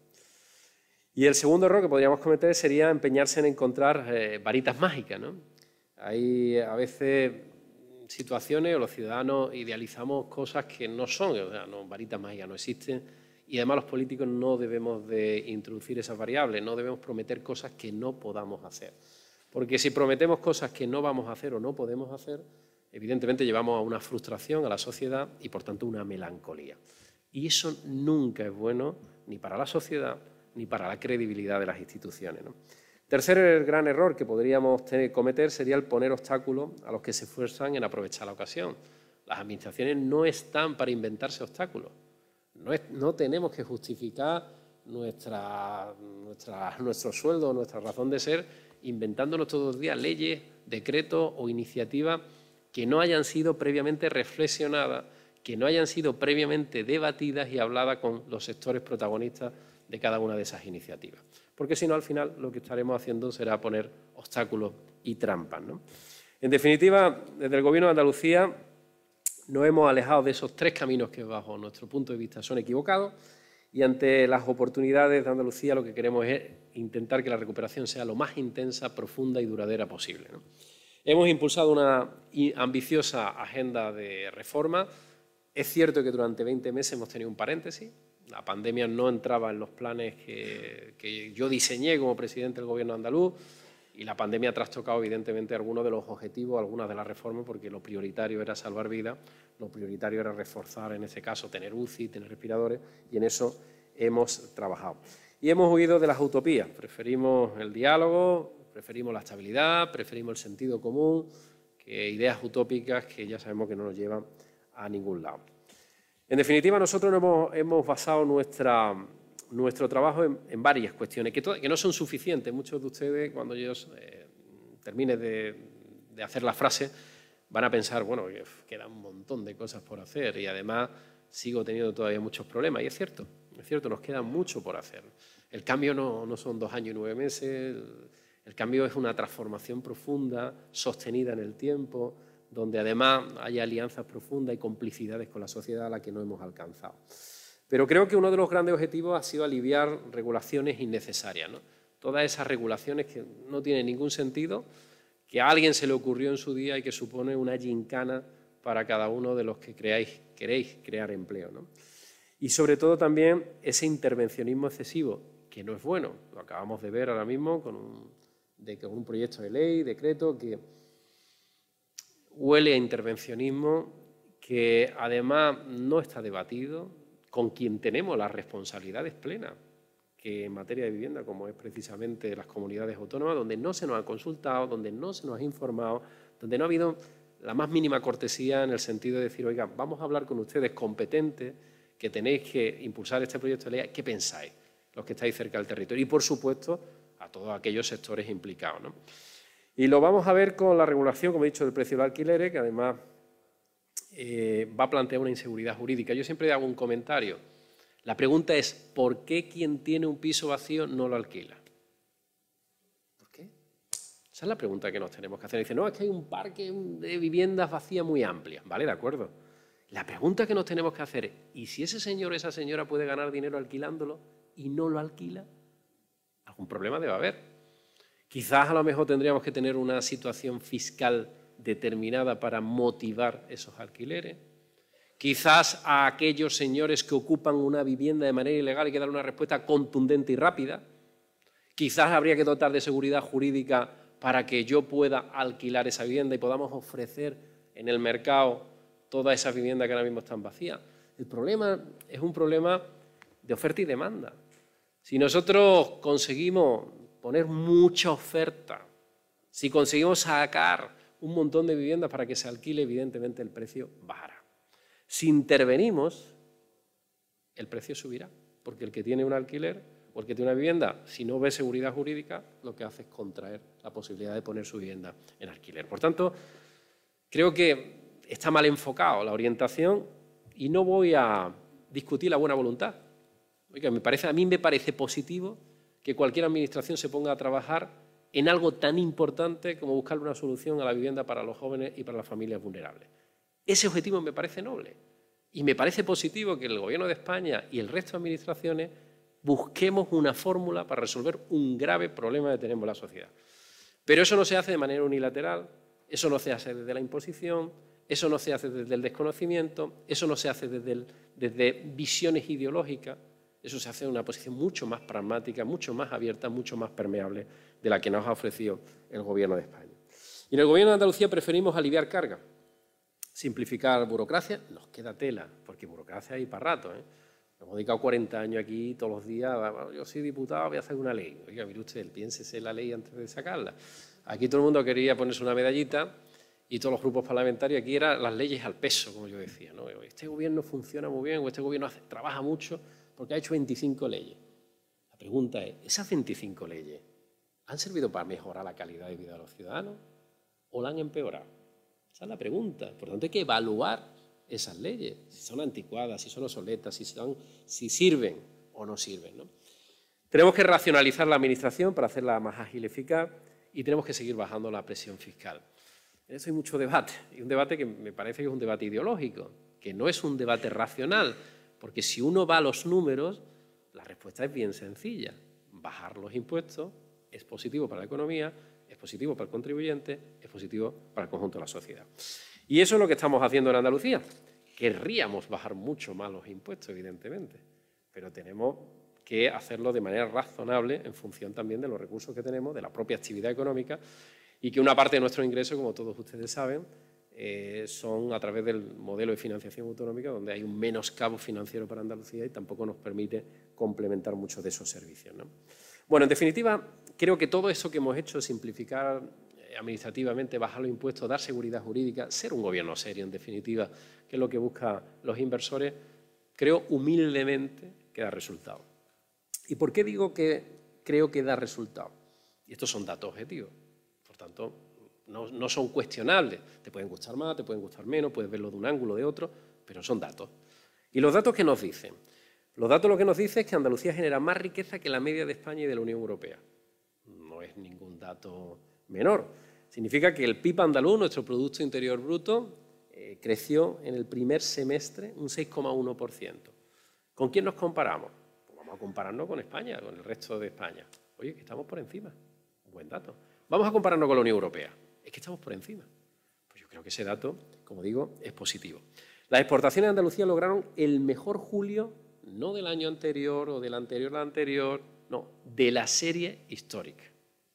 Y el segundo error que podríamos cometer sería empeñarse en encontrar varitas mágicas, ¿no? Hay a veces situaciones, o los ciudadanos idealizamos cosas que no son, o sea, no, varitas mágicas no existen, y además los políticos no debemos de introducir esas variables, no debemos prometer cosas que no podamos hacer. Porque si prometemos cosas que no vamos a hacer o no podemos hacer, evidentemente llevamos a una frustración a la sociedad y, por tanto, una melancolía. Y eso nunca es bueno ni para la sociedad ni para la credibilidad de las instituciones, ¿no? Tercer gran error que podríamos cometer sería el poner obstáculos a los que se esfuerzan en aprovechar la ocasión. Las administraciones no están para inventarse obstáculos. No tenemos que justificar nuestro sueldo, nuestra razón de ser, inventándonos todos los días leyes, decretos o iniciativas que no hayan sido previamente reflexionadas, que no hayan sido previamente debatidas y habladas con los sectores protagonistas de cada una de esas iniciativas. Porque si no, al final lo que estaremos haciendo será poner obstáculos y trampas, ¿no? En definitiva, desde el Gobierno de Andalucía nos hemos alejado de esos 3 caminos que, bajo nuestro punto de vista, son equivocados, y ante las oportunidades de Andalucía lo que queremos es intentar que la recuperación sea lo más intensa, profunda y duradera posible, ¿no? Hemos impulsado una ambiciosa agenda de reforma. Es cierto que durante 20 meses hemos tenido un paréntesis. La pandemia no entraba en los planes que yo diseñé como presidente del Gobierno andaluz, y la pandemia ha trastocado evidentemente algunos de los objetivos, algunas de las reformas, porque lo prioritario era salvar vidas, lo prioritario era reforzar, en ese caso, tener UCI, tener respiradores, y en eso hemos trabajado. Y hemos huido de las utopías. Preferimos el diálogo, preferimos la estabilidad, preferimos el sentido común, que ideas utópicas que ya sabemos que no nos llevan a ningún lado. En definitiva, nosotros hemos basado nuestro trabajo en varias cuestiones, que no son suficientes. Muchos de ustedes, cuando yo termine de hacer la frase, van a pensar, bueno, que queda un montón de cosas por hacer y además sigo teniendo todavía muchos problemas. Y es cierto, nos queda mucho por hacer. El cambio no son 2 años y 9 meses, el cambio es una transformación profunda, sostenida en el tiempo, donde además hay alianzas profundas y complicidades con la sociedad a la que no hemos alcanzado. Pero creo que uno de los grandes objetivos ha sido aliviar regulaciones innecesarias, ¿no? Todas esas regulaciones que no tienen ningún sentido, que a alguien se le ocurrió en su día y que supone una gincana para cada uno de los que queréis crear empleo, ¿no? Y sobre todo también ese intervencionismo excesivo, que no es bueno. Lo acabamos de ver ahora mismo con un proyecto de ley, decreto, que huele a intervencionismo que además no está debatido, con quien tenemos las responsabilidades plenas, que en materia de vivienda, como es precisamente las comunidades autónomas, donde no se nos ha consultado, donde no se nos ha informado, donde no ha habido la más mínima cortesía en el sentido de decir, oiga, vamos a hablar con ustedes competentes, que tenéis que impulsar este proyecto de ley, ¿qué pensáis? Los que estáis cerca del territorio y, por supuesto, a todos aquellos sectores implicados, ¿no? Y lo vamos a ver con la regulación, como he dicho, del precio del alquiler, que además va a plantear una inseguridad jurídica. Yo siempre hago un comentario. La pregunta es, ¿por qué quien tiene un piso vacío no lo alquila? ¿Por qué? Esa es la pregunta que nos tenemos que hacer. Dice, no, es que hay un parque de viviendas vacías muy amplias. Vale, de acuerdo. La pregunta que nos tenemos que hacer es, ¿y si ese señor o esa señora puede ganar dinero alquilándolo y no lo alquila? Algún problema debe haber. Quizás a lo mejor tendríamos que tener una situación fiscal determinada para motivar esos alquileres. Quizás a aquellos señores que ocupan una vivienda de manera ilegal hay que dar una respuesta contundente y rápida. Quizás habría que dotar de seguridad jurídica para que yo pueda alquilar esa vivienda y podamos ofrecer en el mercado todas esas viviendas que ahora mismo están vacías. El problema es un problema de oferta y demanda. Si nosotros conseguimos poner mucha oferta, si conseguimos sacar un montón de viviendas para que se alquile, evidentemente el precio bajará. Si intervenimos, el precio subirá, porque el que tiene un alquiler o el que tiene una vivienda, si no ve seguridad jurídica, lo que hace es contraer la posibilidad de poner su vivienda en alquiler. Por tanto, creo que está mal enfocado la orientación y no voy a discutir la buena voluntad. Oiga, a mí me parece positivo que cualquier administración se ponga a trabajar en algo tan importante como buscar una solución a la vivienda para los jóvenes y para las familias vulnerables. Ese objetivo me parece noble y me parece positivo que el Gobierno de España y el resto de administraciones busquemos una fórmula para resolver un grave problema que tenemos en la sociedad. Pero eso no se hace de manera unilateral, eso no se hace desde la imposición, eso no se hace desde el desconocimiento, eso no se hace desde visiones ideológicas, eso se hace en una posición mucho más pragmática, mucho más abierta, mucho más permeable de la que nos ha ofrecido el Gobierno de España. Y en el Gobierno de Andalucía preferimos aliviar carga, simplificar burocracia, nos queda tela, porque burocracia hay para rato, ¿eh? Hemos dedicado 40 años aquí todos los días, yo soy diputado, voy a hacer una ley. Oiga, mire usted, piénsese la ley antes de sacarla. Aquí todo el mundo quería ponerse una medallita y todos los grupos parlamentarios aquí eran las leyes al peso, como yo decía, ¿no? Este gobierno funciona muy bien o este gobierno trabaja mucho porque ha hecho 25 leyes. La pregunta es, ¿esas 25 leyes han servido para mejorar la calidad de vida de los ciudadanos o la han empeorado? Esa es la pregunta. Por lo tanto, hay que evaluar esas leyes, si son anticuadas, si son obsoletas, si sirven o no sirven, ¿no? Tenemos que racionalizar la administración para hacerla más ágil y eficaz y tenemos que seguir bajando la presión fiscal. En eso hay mucho debate, y un debate que me parece que es un debate ideológico, que no es un debate racional, porque si uno va a los números, la respuesta es bien sencilla. Bajar los impuestos es positivo para la economía, es positivo para el contribuyente, es positivo para el conjunto de la sociedad. Y eso es lo que estamos haciendo en Andalucía. Querríamos bajar mucho más los impuestos, evidentemente, pero tenemos que hacerlo de manera razonable en función también de los recursos que tenemos, de la propia actividad económica, y que una parte de nuestros ingresos, como todos ustedes saben, son a través del modelo de financiación autonómica, donde hay un menoscabo financiero para Andalucía y tampoco nos permite complementar muchos de esos servicios, ¿no? Bueno, en definitiva, creo que todo eso que hemos hecho, simplificar administrativamente, bajar los impuestos, dar seguridad jurídica, ser un gobierno serio, en definitiva, que es lo que buscan los inversores, creo humildemente que da resultado. ¿Y por qué digo que creo que da resultado? Y estos son datos objetivos, por tanto, no son cuestionables. Te pueden gustar más, te pueden gustar menos, puedes verlo de un ángulo o de otro, pero son datos. ¿Y los datos qué nos dicen? Los datos lo que nos dicen es que Andalucía genera más riqueza que la media de España y de la Unión Europea. No es ningún dato menor. Significa que el PIB andaluz, nuestro Producto Interior Bruto, creció en el primer semestre un 6,1%. ¿Con quién nos comparamos? Pues vamos a compararnos con España, con el resto de España. Oye, que estamos por encima. Un buen dato. Vamos a compararnos con la Unión Europea. Es que estamos por encima. Pues yo creo que ese dato, como digo, es positivo. Las exportaciones de Andalucía lograron el mejor julio, no del año anterior o del anterior al anterior, no, de la serie histórica.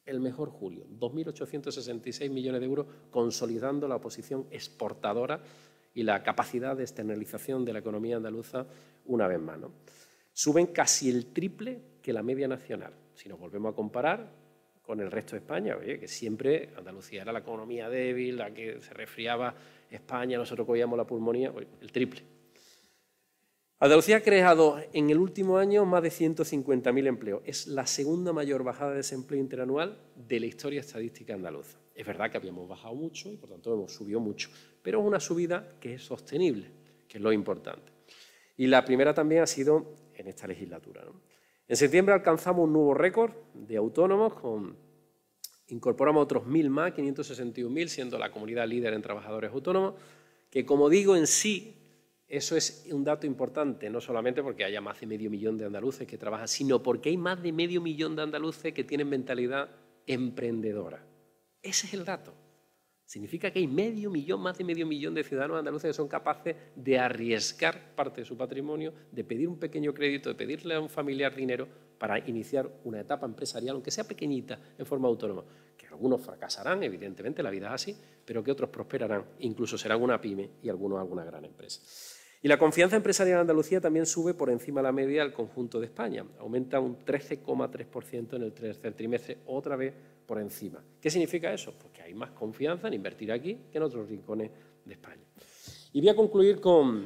el mejor julio, 2.866 millones de euros, consolidando la posición exportadora y la capacidad de externalización de la economía andaluza una vez más, ¿no? Suben casi el triple que la media nacional. Si nos volvemos a comparar con el resto de España, oye, que siempre Andalucía era la economía débil, la que se resfriaba España, nosotros cogíamos la pulmonía, oye, el triple. Andalucía ha creado en el último año más de 150.000 empleos. Es la segunda mayor bajada de desempleo interanual de la historia estadística andaluza. Es verdad que habíamos bajado mucho y por tanto hemos subido mucho, pero es una subida que es sostenible, que es lo importante. Y la primera también ha sido en esta legislatura, ¿no? En septiembre alcanzamos un nuevo récord de autónomos, incorporamos otros 1.000 más, 561.000, siendo la comunidad líder en trabajadores autónomos, que como digo en sí, eso es un dato importante, no solamente porque haya más de 500.000 de andaluces que trabajan, sino porque hay más de 500.000 de andaluces que tienen mentalidad emprendedora. Ese es el dato. Significa que hay más de 500.000 de ciudadanos andaluces que son capaces de arriesgar parte de su patrimonio, de pedir un pequeño crédito, de pedirle a un familiar dinero para iniciar una etapa empresarial, aunque sea pequeñita, en forma autónoma. Que algunos fracasarán, evidentemente, la vida es así, pero que otros prosperarán, incluso serán una pyme y algunos alguna gran empresa. Y la confianza empresarial en Andalucía también sube por encima de la media del conjunto de España. Aumenta un 13,3% en el tercer trimestre, otra vez por encima. ¿Qué significa eso? Pues que hay más confianza en invertir aquí que en otros rincones de España. Y voy a concluir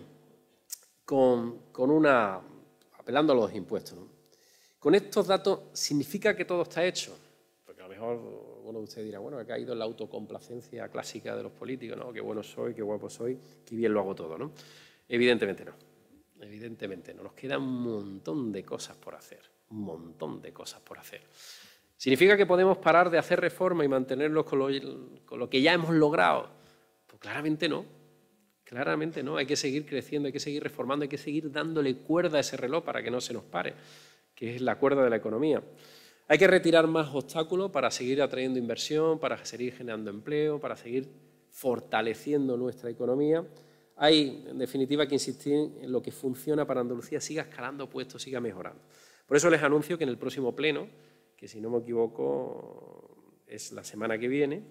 apelando a los impuestos, ¿no? Con estos datos, ¿significa que todo está hecho? Porque a lo mejor uno de ustedes dirá, bueno, ha caído en la autocomplacencia clásica de los políticos, ¿no? Qué bueno soy, qué guapo soy, qué bien lo hago todo, ¿no? Evidentemente no. Evidentemente no. Nos queda un montón de cosas por hacer. Un montón de cosas por hacer. ¿Significa que podemos parar de hacer reforma y mantenernos con lo que ya hemos logrado? Pues claramente no. Claramente no. Hay que seguir creciendo, hay que seguir reformando, hay que seguir dándole cuerda a ese reloj para que no se nos pare, que es la cuerda de la economía. Hay que retirar más obstáculos para seguir atrayendo inversión, para seguir generando empleo, para seguir fortaleciendo nuestra economía. Hay, en definitiva, que insistir en lo que funciona para Andalucía, siga escalando puestos, siga mejorando. Por eso les anuncio que en el próximo pleno, que si no me equivoco es la semana que viene,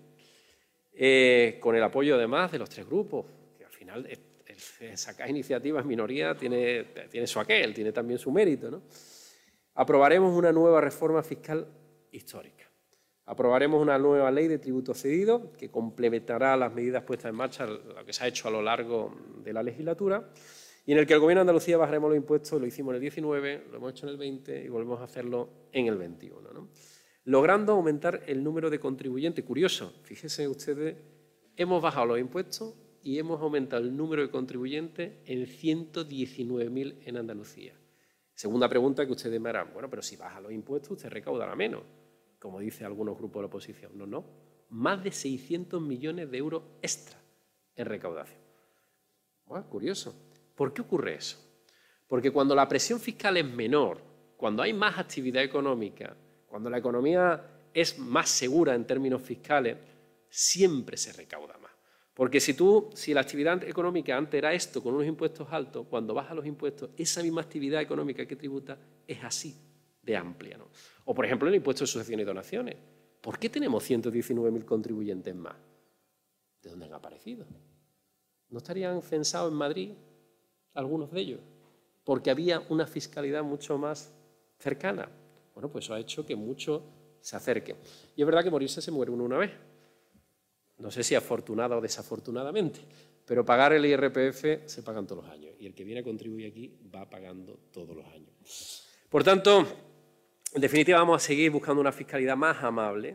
con el apoyo además de los tres grupos, que al final sacar iniciativas en minoría tiene su aquel, tiene también su mérito, ¿no? Aprobaremos una nueva reforma fiscal histórica. Aprobaremos una nueva ley de tributo cedido que complementará las medidas puestas en marcha, lo que se ha hecho a lo largo de la legislatura, y en el que el Gobierno de Andalucía bajaremos los impuestos, lo hicimos en el 19, lo hemos hecho en el 20 y volvemos a hacerlo en el 21, ¿no? Logrando aumentar el número de contribuyentes. Curioso, fíjense ustedes, hemos bajado los impuestos y hemos aumentado el número de contribuyentes en 119.000 en Andalucía. Segunda pregunta que ustedes me harán, bueno, pero si baja los impuestos usted recaudará menos, como dicen algunos grupos de la oposición. No, no, más de 600 millones de euros extra en recaudación. Bueno, curioso. ¿Por qué ocurre eso? Porque cuando la presión fiscal es menor, cuando hay más actividad económica, cuando la economía es más segura en términos fiscales, siempre se recauda más. Porque si la actividad económica antes era esto, con unos impuestos altos, cuando baja los impuestos, esa misma actividad económica que tributa es así de amplia, ¿no? O, por ejemplo, el impuesto de sucesiones y donaciones. ¿Por qué tenemos 119.000 contribuyentes más? ¿De dónde han aparecido? ¿No estarían censados en Madrid algunos de ellos? Porque había una fiscalidad mucho más cercana. Bueno, pues eso ha hecho que muchos se acerquen. Y es verdad que morirse se muere uno una vez. No sé si afortunada o desafortunadamente, pero pagar el IRPF se pagan todos los años y el que viene a contribuir aquí va pagando todos los años. Por tanto, en definitiva vamos a seguir buscando una fiscalidad más amable.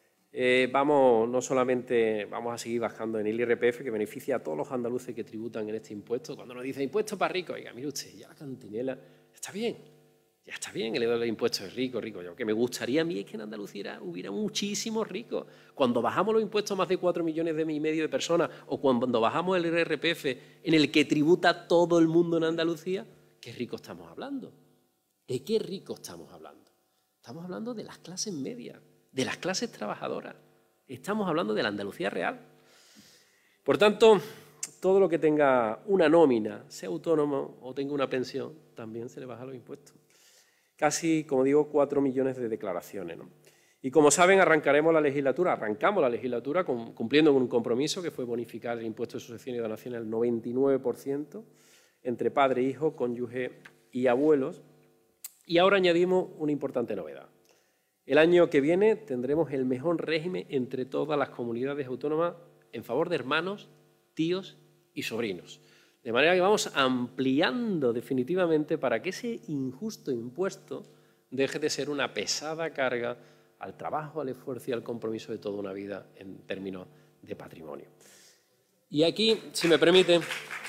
No solamente vamos a seguir bajando en el IRPF que beneficia a todos los andaluces que tributan en este impuesto. Cuando nos dicen impuesto para ricos, oiga, mire usted, ya la cantinela está bien. Ya está bien, el de impuestos es rico. Lo que me gustaría a mí es que en Andalucía hubiera muchísimos ricos. Cuando bajamos los impuestos a más de 4,5 millones de personas o cuando bajamos el IRPF en el que tributa todo el mundo en Andalucía, ¿qué rico estamos hablando? ¿De qué rico estamos hablando? Estamos hablando de las clases medias, de las clases trabajadoras. Estamos hablando de la Andalucía real. Por tanto, todo lo que tenga una nómina, sea autónomo o tenga una pensión, también se le baja los impuestos. Casi, como digo, 4 millones de declaraciones, ¿no? Y como saben, arrancamos la legislatura cumpliendo con un compromiso que fue bonificar el impuesto de sucesión y donación al 99% entre padre, hijo, cónyuge y abuelos. Y ahora añadimos una importante novedad. El año que viene tendremos el mejor régimen entre todas las comunidades autónomas en favor de hermanos, tíos y sobrinos. De manera que vamos ampliando definitivamente para que ese injusto impuesto deje de ser una pesada carga al trabajo, al esfuerzo y al compromiso de toda una vida en términos de patrimonio. Y aquí, si me permiten,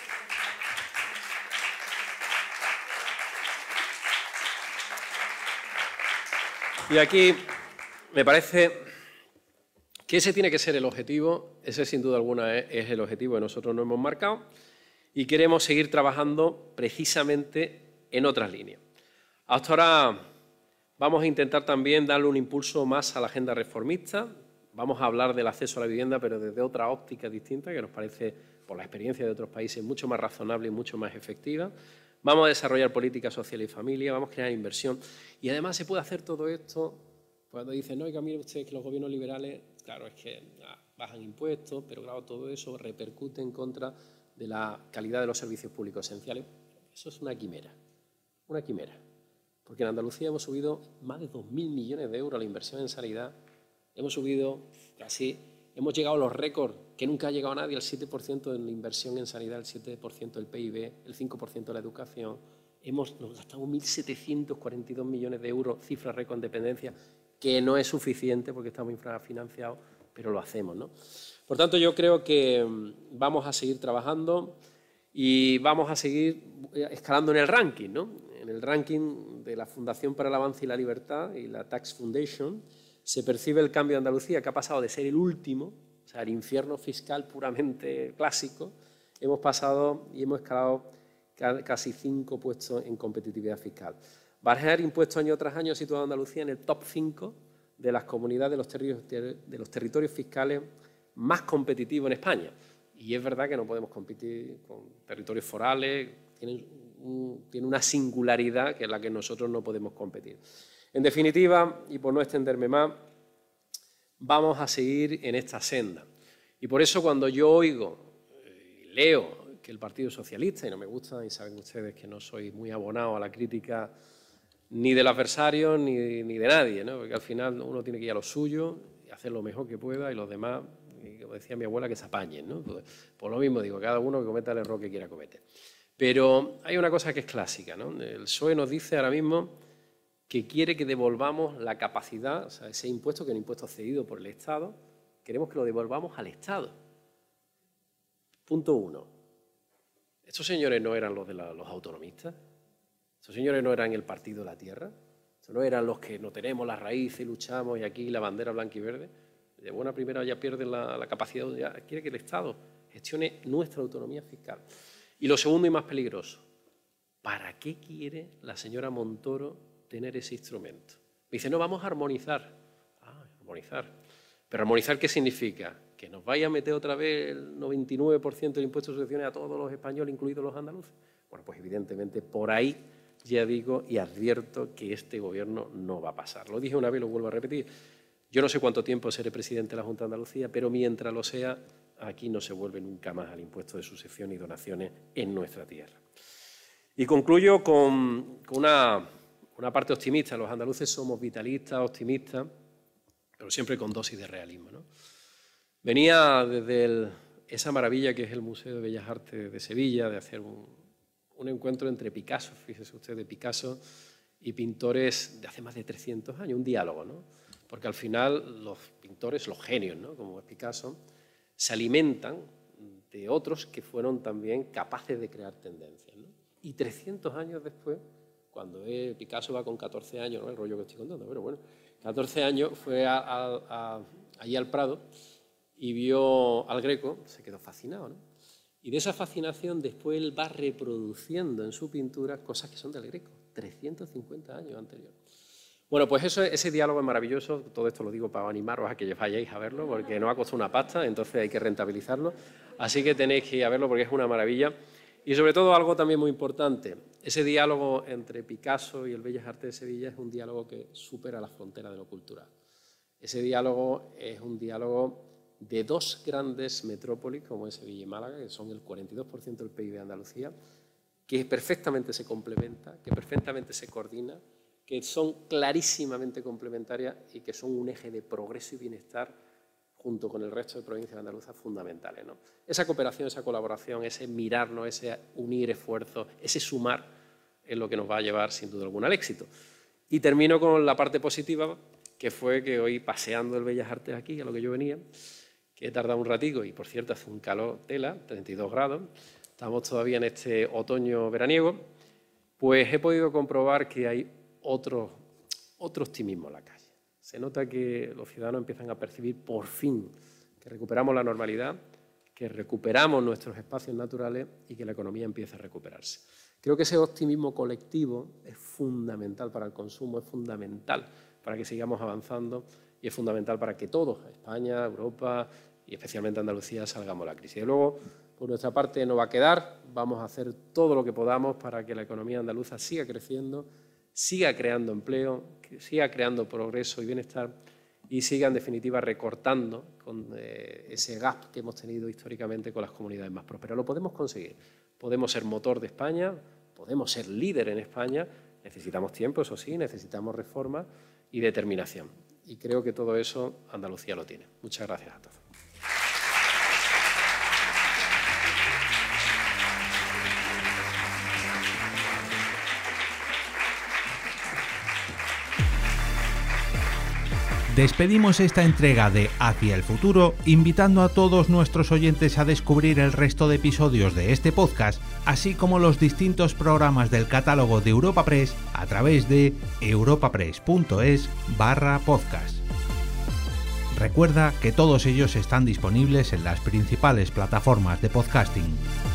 me parece que ese tiene que ser el objetivo, ese sin duda alguna es el objetivo que nosotros nos hemos marcado y queremos seguir trabajando precisamente en otras líneas. Hasta ahora vamos a intentar también darle un impulso más a la agenda reformista. Vamos a hablar del acceso a la vivienda, pero desde otra óptica distinta, que nos parece, por la experiencia de otros países, mucho más razonable y mucho más efectiva. Vamos a desarrollar políticas sociales y familia, vamos a crear inversión. Y además se puede hacer todo esto cuando dicen, no, oiga, mire ustedes que los gobiernos liberales, claro, es que bajan impuestos, pero claro, todo eso repercute en contra de la calidad de los servicios públicos esenciales. Eso es una quimera, una quimera. Porque en Andalucía hemos subido más de 2.000 millones de euros a la inversión en sanidad. Hemos llegado a los récords que nunca ha llegado nadie, el 7% en la inversión en sanidad, el 7% del PIB, el 5% de la educación. Nos gastamos 1.742 millones de euros, cifra récord en dependencia, que no es suficiente porque estamos infrafinanciados, pero lo hacemos, ¿no? Por tanto, yo creo que vamos a seguir trabajando y vamos a seguir escalando en el ranking, ¿no? En el ranking de la Fundación para el Avance y la Libertad y la Tax Foundation se percibe el cambio de Andalucía, que ha pasado de ser el último, o sea, el infierno fiscal puramente clásico, hemos pasado y hemos escalado casi 5 puestos en competitividad fiscal. Bajar impuestos año tras año ha situado a Andalucía en el top 5 de las comunidades de los territorios fiscales más competitivos en España. Y es verdad que no podemos competir con territorios forales, tiene una singularidad que es la que nosotros no podemos competir. En definitiva, y por no extenderme más, vamos a seguir en esta senda. Y por eso cuando yo oigo y leo que el Partido Socialista, y no me gusta, y saben ustedes que no soy muy abonado a la crítica ni del adversario ni de nadie, ¿no? Porque al final uno tiene que ir a lo suyo y hacer lo mejor que pueda y los demás, y como decía mi abuela, que se apañen, ¿no? Pues, por lo mismo digo, cada uno que cometa el error que quiera cometer. Pero hay una cosa que es clásica, ¿no? El PSOE nos dice ahora mismo que quiere que devolvamos la capacidad, o sea, ese impuesto, que es un impuesto cedido por el Estado, queremos que lo devolvamos al Estado. Punto 1. ¿Estos señores no eran los de los autonomistas? ¿Estos señores no eran el Partido de la Tierra? ¿Estos no eran los que no tenemos las raíces y luchamos y aquí la bandera blanca y verde? De buena primera ya pierden la capacidad, ya quiere que el Estado gestione nuestra autonomía fiscal. Y lo segundo y más peligroso, ¿para qué quiere la señora Montoro tener ese instrumento? Me dice, no, vamos a armonizar. Ah, armonizar. ¿Pero armonizar qué significa? ¿Que nos vaya a meter otra vez el 99% del impuesto de sucesiones a todos los españoles, incluidos los andaluces? Bueno, pues evidentemente por ahí ya digo y advierto que este gobierno no va a pasar. Lo dije una vez, lo vuelvo a repetir. Yo no sé cuánto tiempo seré presidente de la Junta de Andalucía, pero mientras lo sea, aquí no se vuelve nunca más al impuesto de sucesión y donaciones en nuestra tierra. Y concluyo con una parte optimista. Los andaluces somos vitalistas, optimistas, pero siempre con dosis de realismo, ¿no? Venía desde esa maravilla que es el Museo de Bellas Artes de Sevilla, de hacer un encuentro entre Picasso, fíjese usted, de Picasso y pintores de hace más de 300 años, un diálogo, ¿no? Porque al final los pintores, los genios, ¿no?, como es Picasso, se alimentan de otros que fueron también capaces de crear tendencias, ¿no? Y 300 años después, cuando Picasso va con 14 años, no el rollo que estoy contando, pero bueno, 14 años fue allí al Prado y vio al Greco, se quedó fascinado, ¿no? Y de esa fascinación después él va reproduciendo en su pintura cosas que son del Greco, 350 años anterior. Bueno, pues ese diálogo es maravilloso. Todo esto lo digo para animaros a que vayáis a verlo, porque nos ha costado una pasta, entonces hay que rentabilizarlo. Así que tenéis que ir a verlo porque es una maravilla. Y sobre todo algo también muy importante, ese diálogo entre Picasso y el Bellas Artes de Sevilla es un diálogo que supera las fronteras de lo cultural. Ese diálogo es un diálogo de dos grandes metrópolis, como es Sevilla y Málaga, que son el 42% del PIB de Andalucía, que perfectamente se complementa, que perfectamente se coordina, que son clarísimamente complementarias y que son un eje de progreso y bienestar junto con el resto de provincias andaluzas fundamentales, ¿no? Esa cooperación, esa colaboración, ese mirarnos, ese unir esfuerzos, ese sumar es lo que nos va a llevar sin duda alguna al éxito. Y termino con la parte positiva, que fue que hoy paseando el Bellas Artes aquí, a lo que yo venía, que he tardado un ratico y por cierto hace un calor tela, 32 grados, estamos todavía en este otoño veraniego, pues he podido comprobar que hay otro optimismo en la calle. Se nota que los ciudadanos empiezan a percibir por fin que recuperamos la normalidad, que recuperamos nuestros espacios naturales y que la economía empieza a recuperarse. Creo que ese optimismo colectivo es fundamental para el consumo, es fundamental para que sigamos avanzando y es fundamental para que todos, España, Europa y especialmente Andalucía, salgamos de la crisis. Y luego, por nuestra parte, no va a quedar, vamos a hacer todo lo que podamos para que la economía andaluza siga creciendo, siga creando empleo, que siga creando progreso y bienestar y siga, en definitiva, recortando con ese gap que hemos tenido históricamente con las comunidades más prósperas. Lo podemos conseguir. Podemos ser motor de España, podemos ser líder en España. Necesitamos tiempo, eso sí, necesitamos reforma y determinación. Y creo que todo eso Andalucía lo tiene. Muchas gracias a todos. Despedimos esta entrega de Hacia el Futuro, invitando a todos nuestros oyentes a descubrir el resto de episodios de este podcast, así como los distintos programas del catálogo de Europa Press a través de europapress.es/podcast. Recuerda que todos ellos están disponibles en las principales plataformas de podcasting.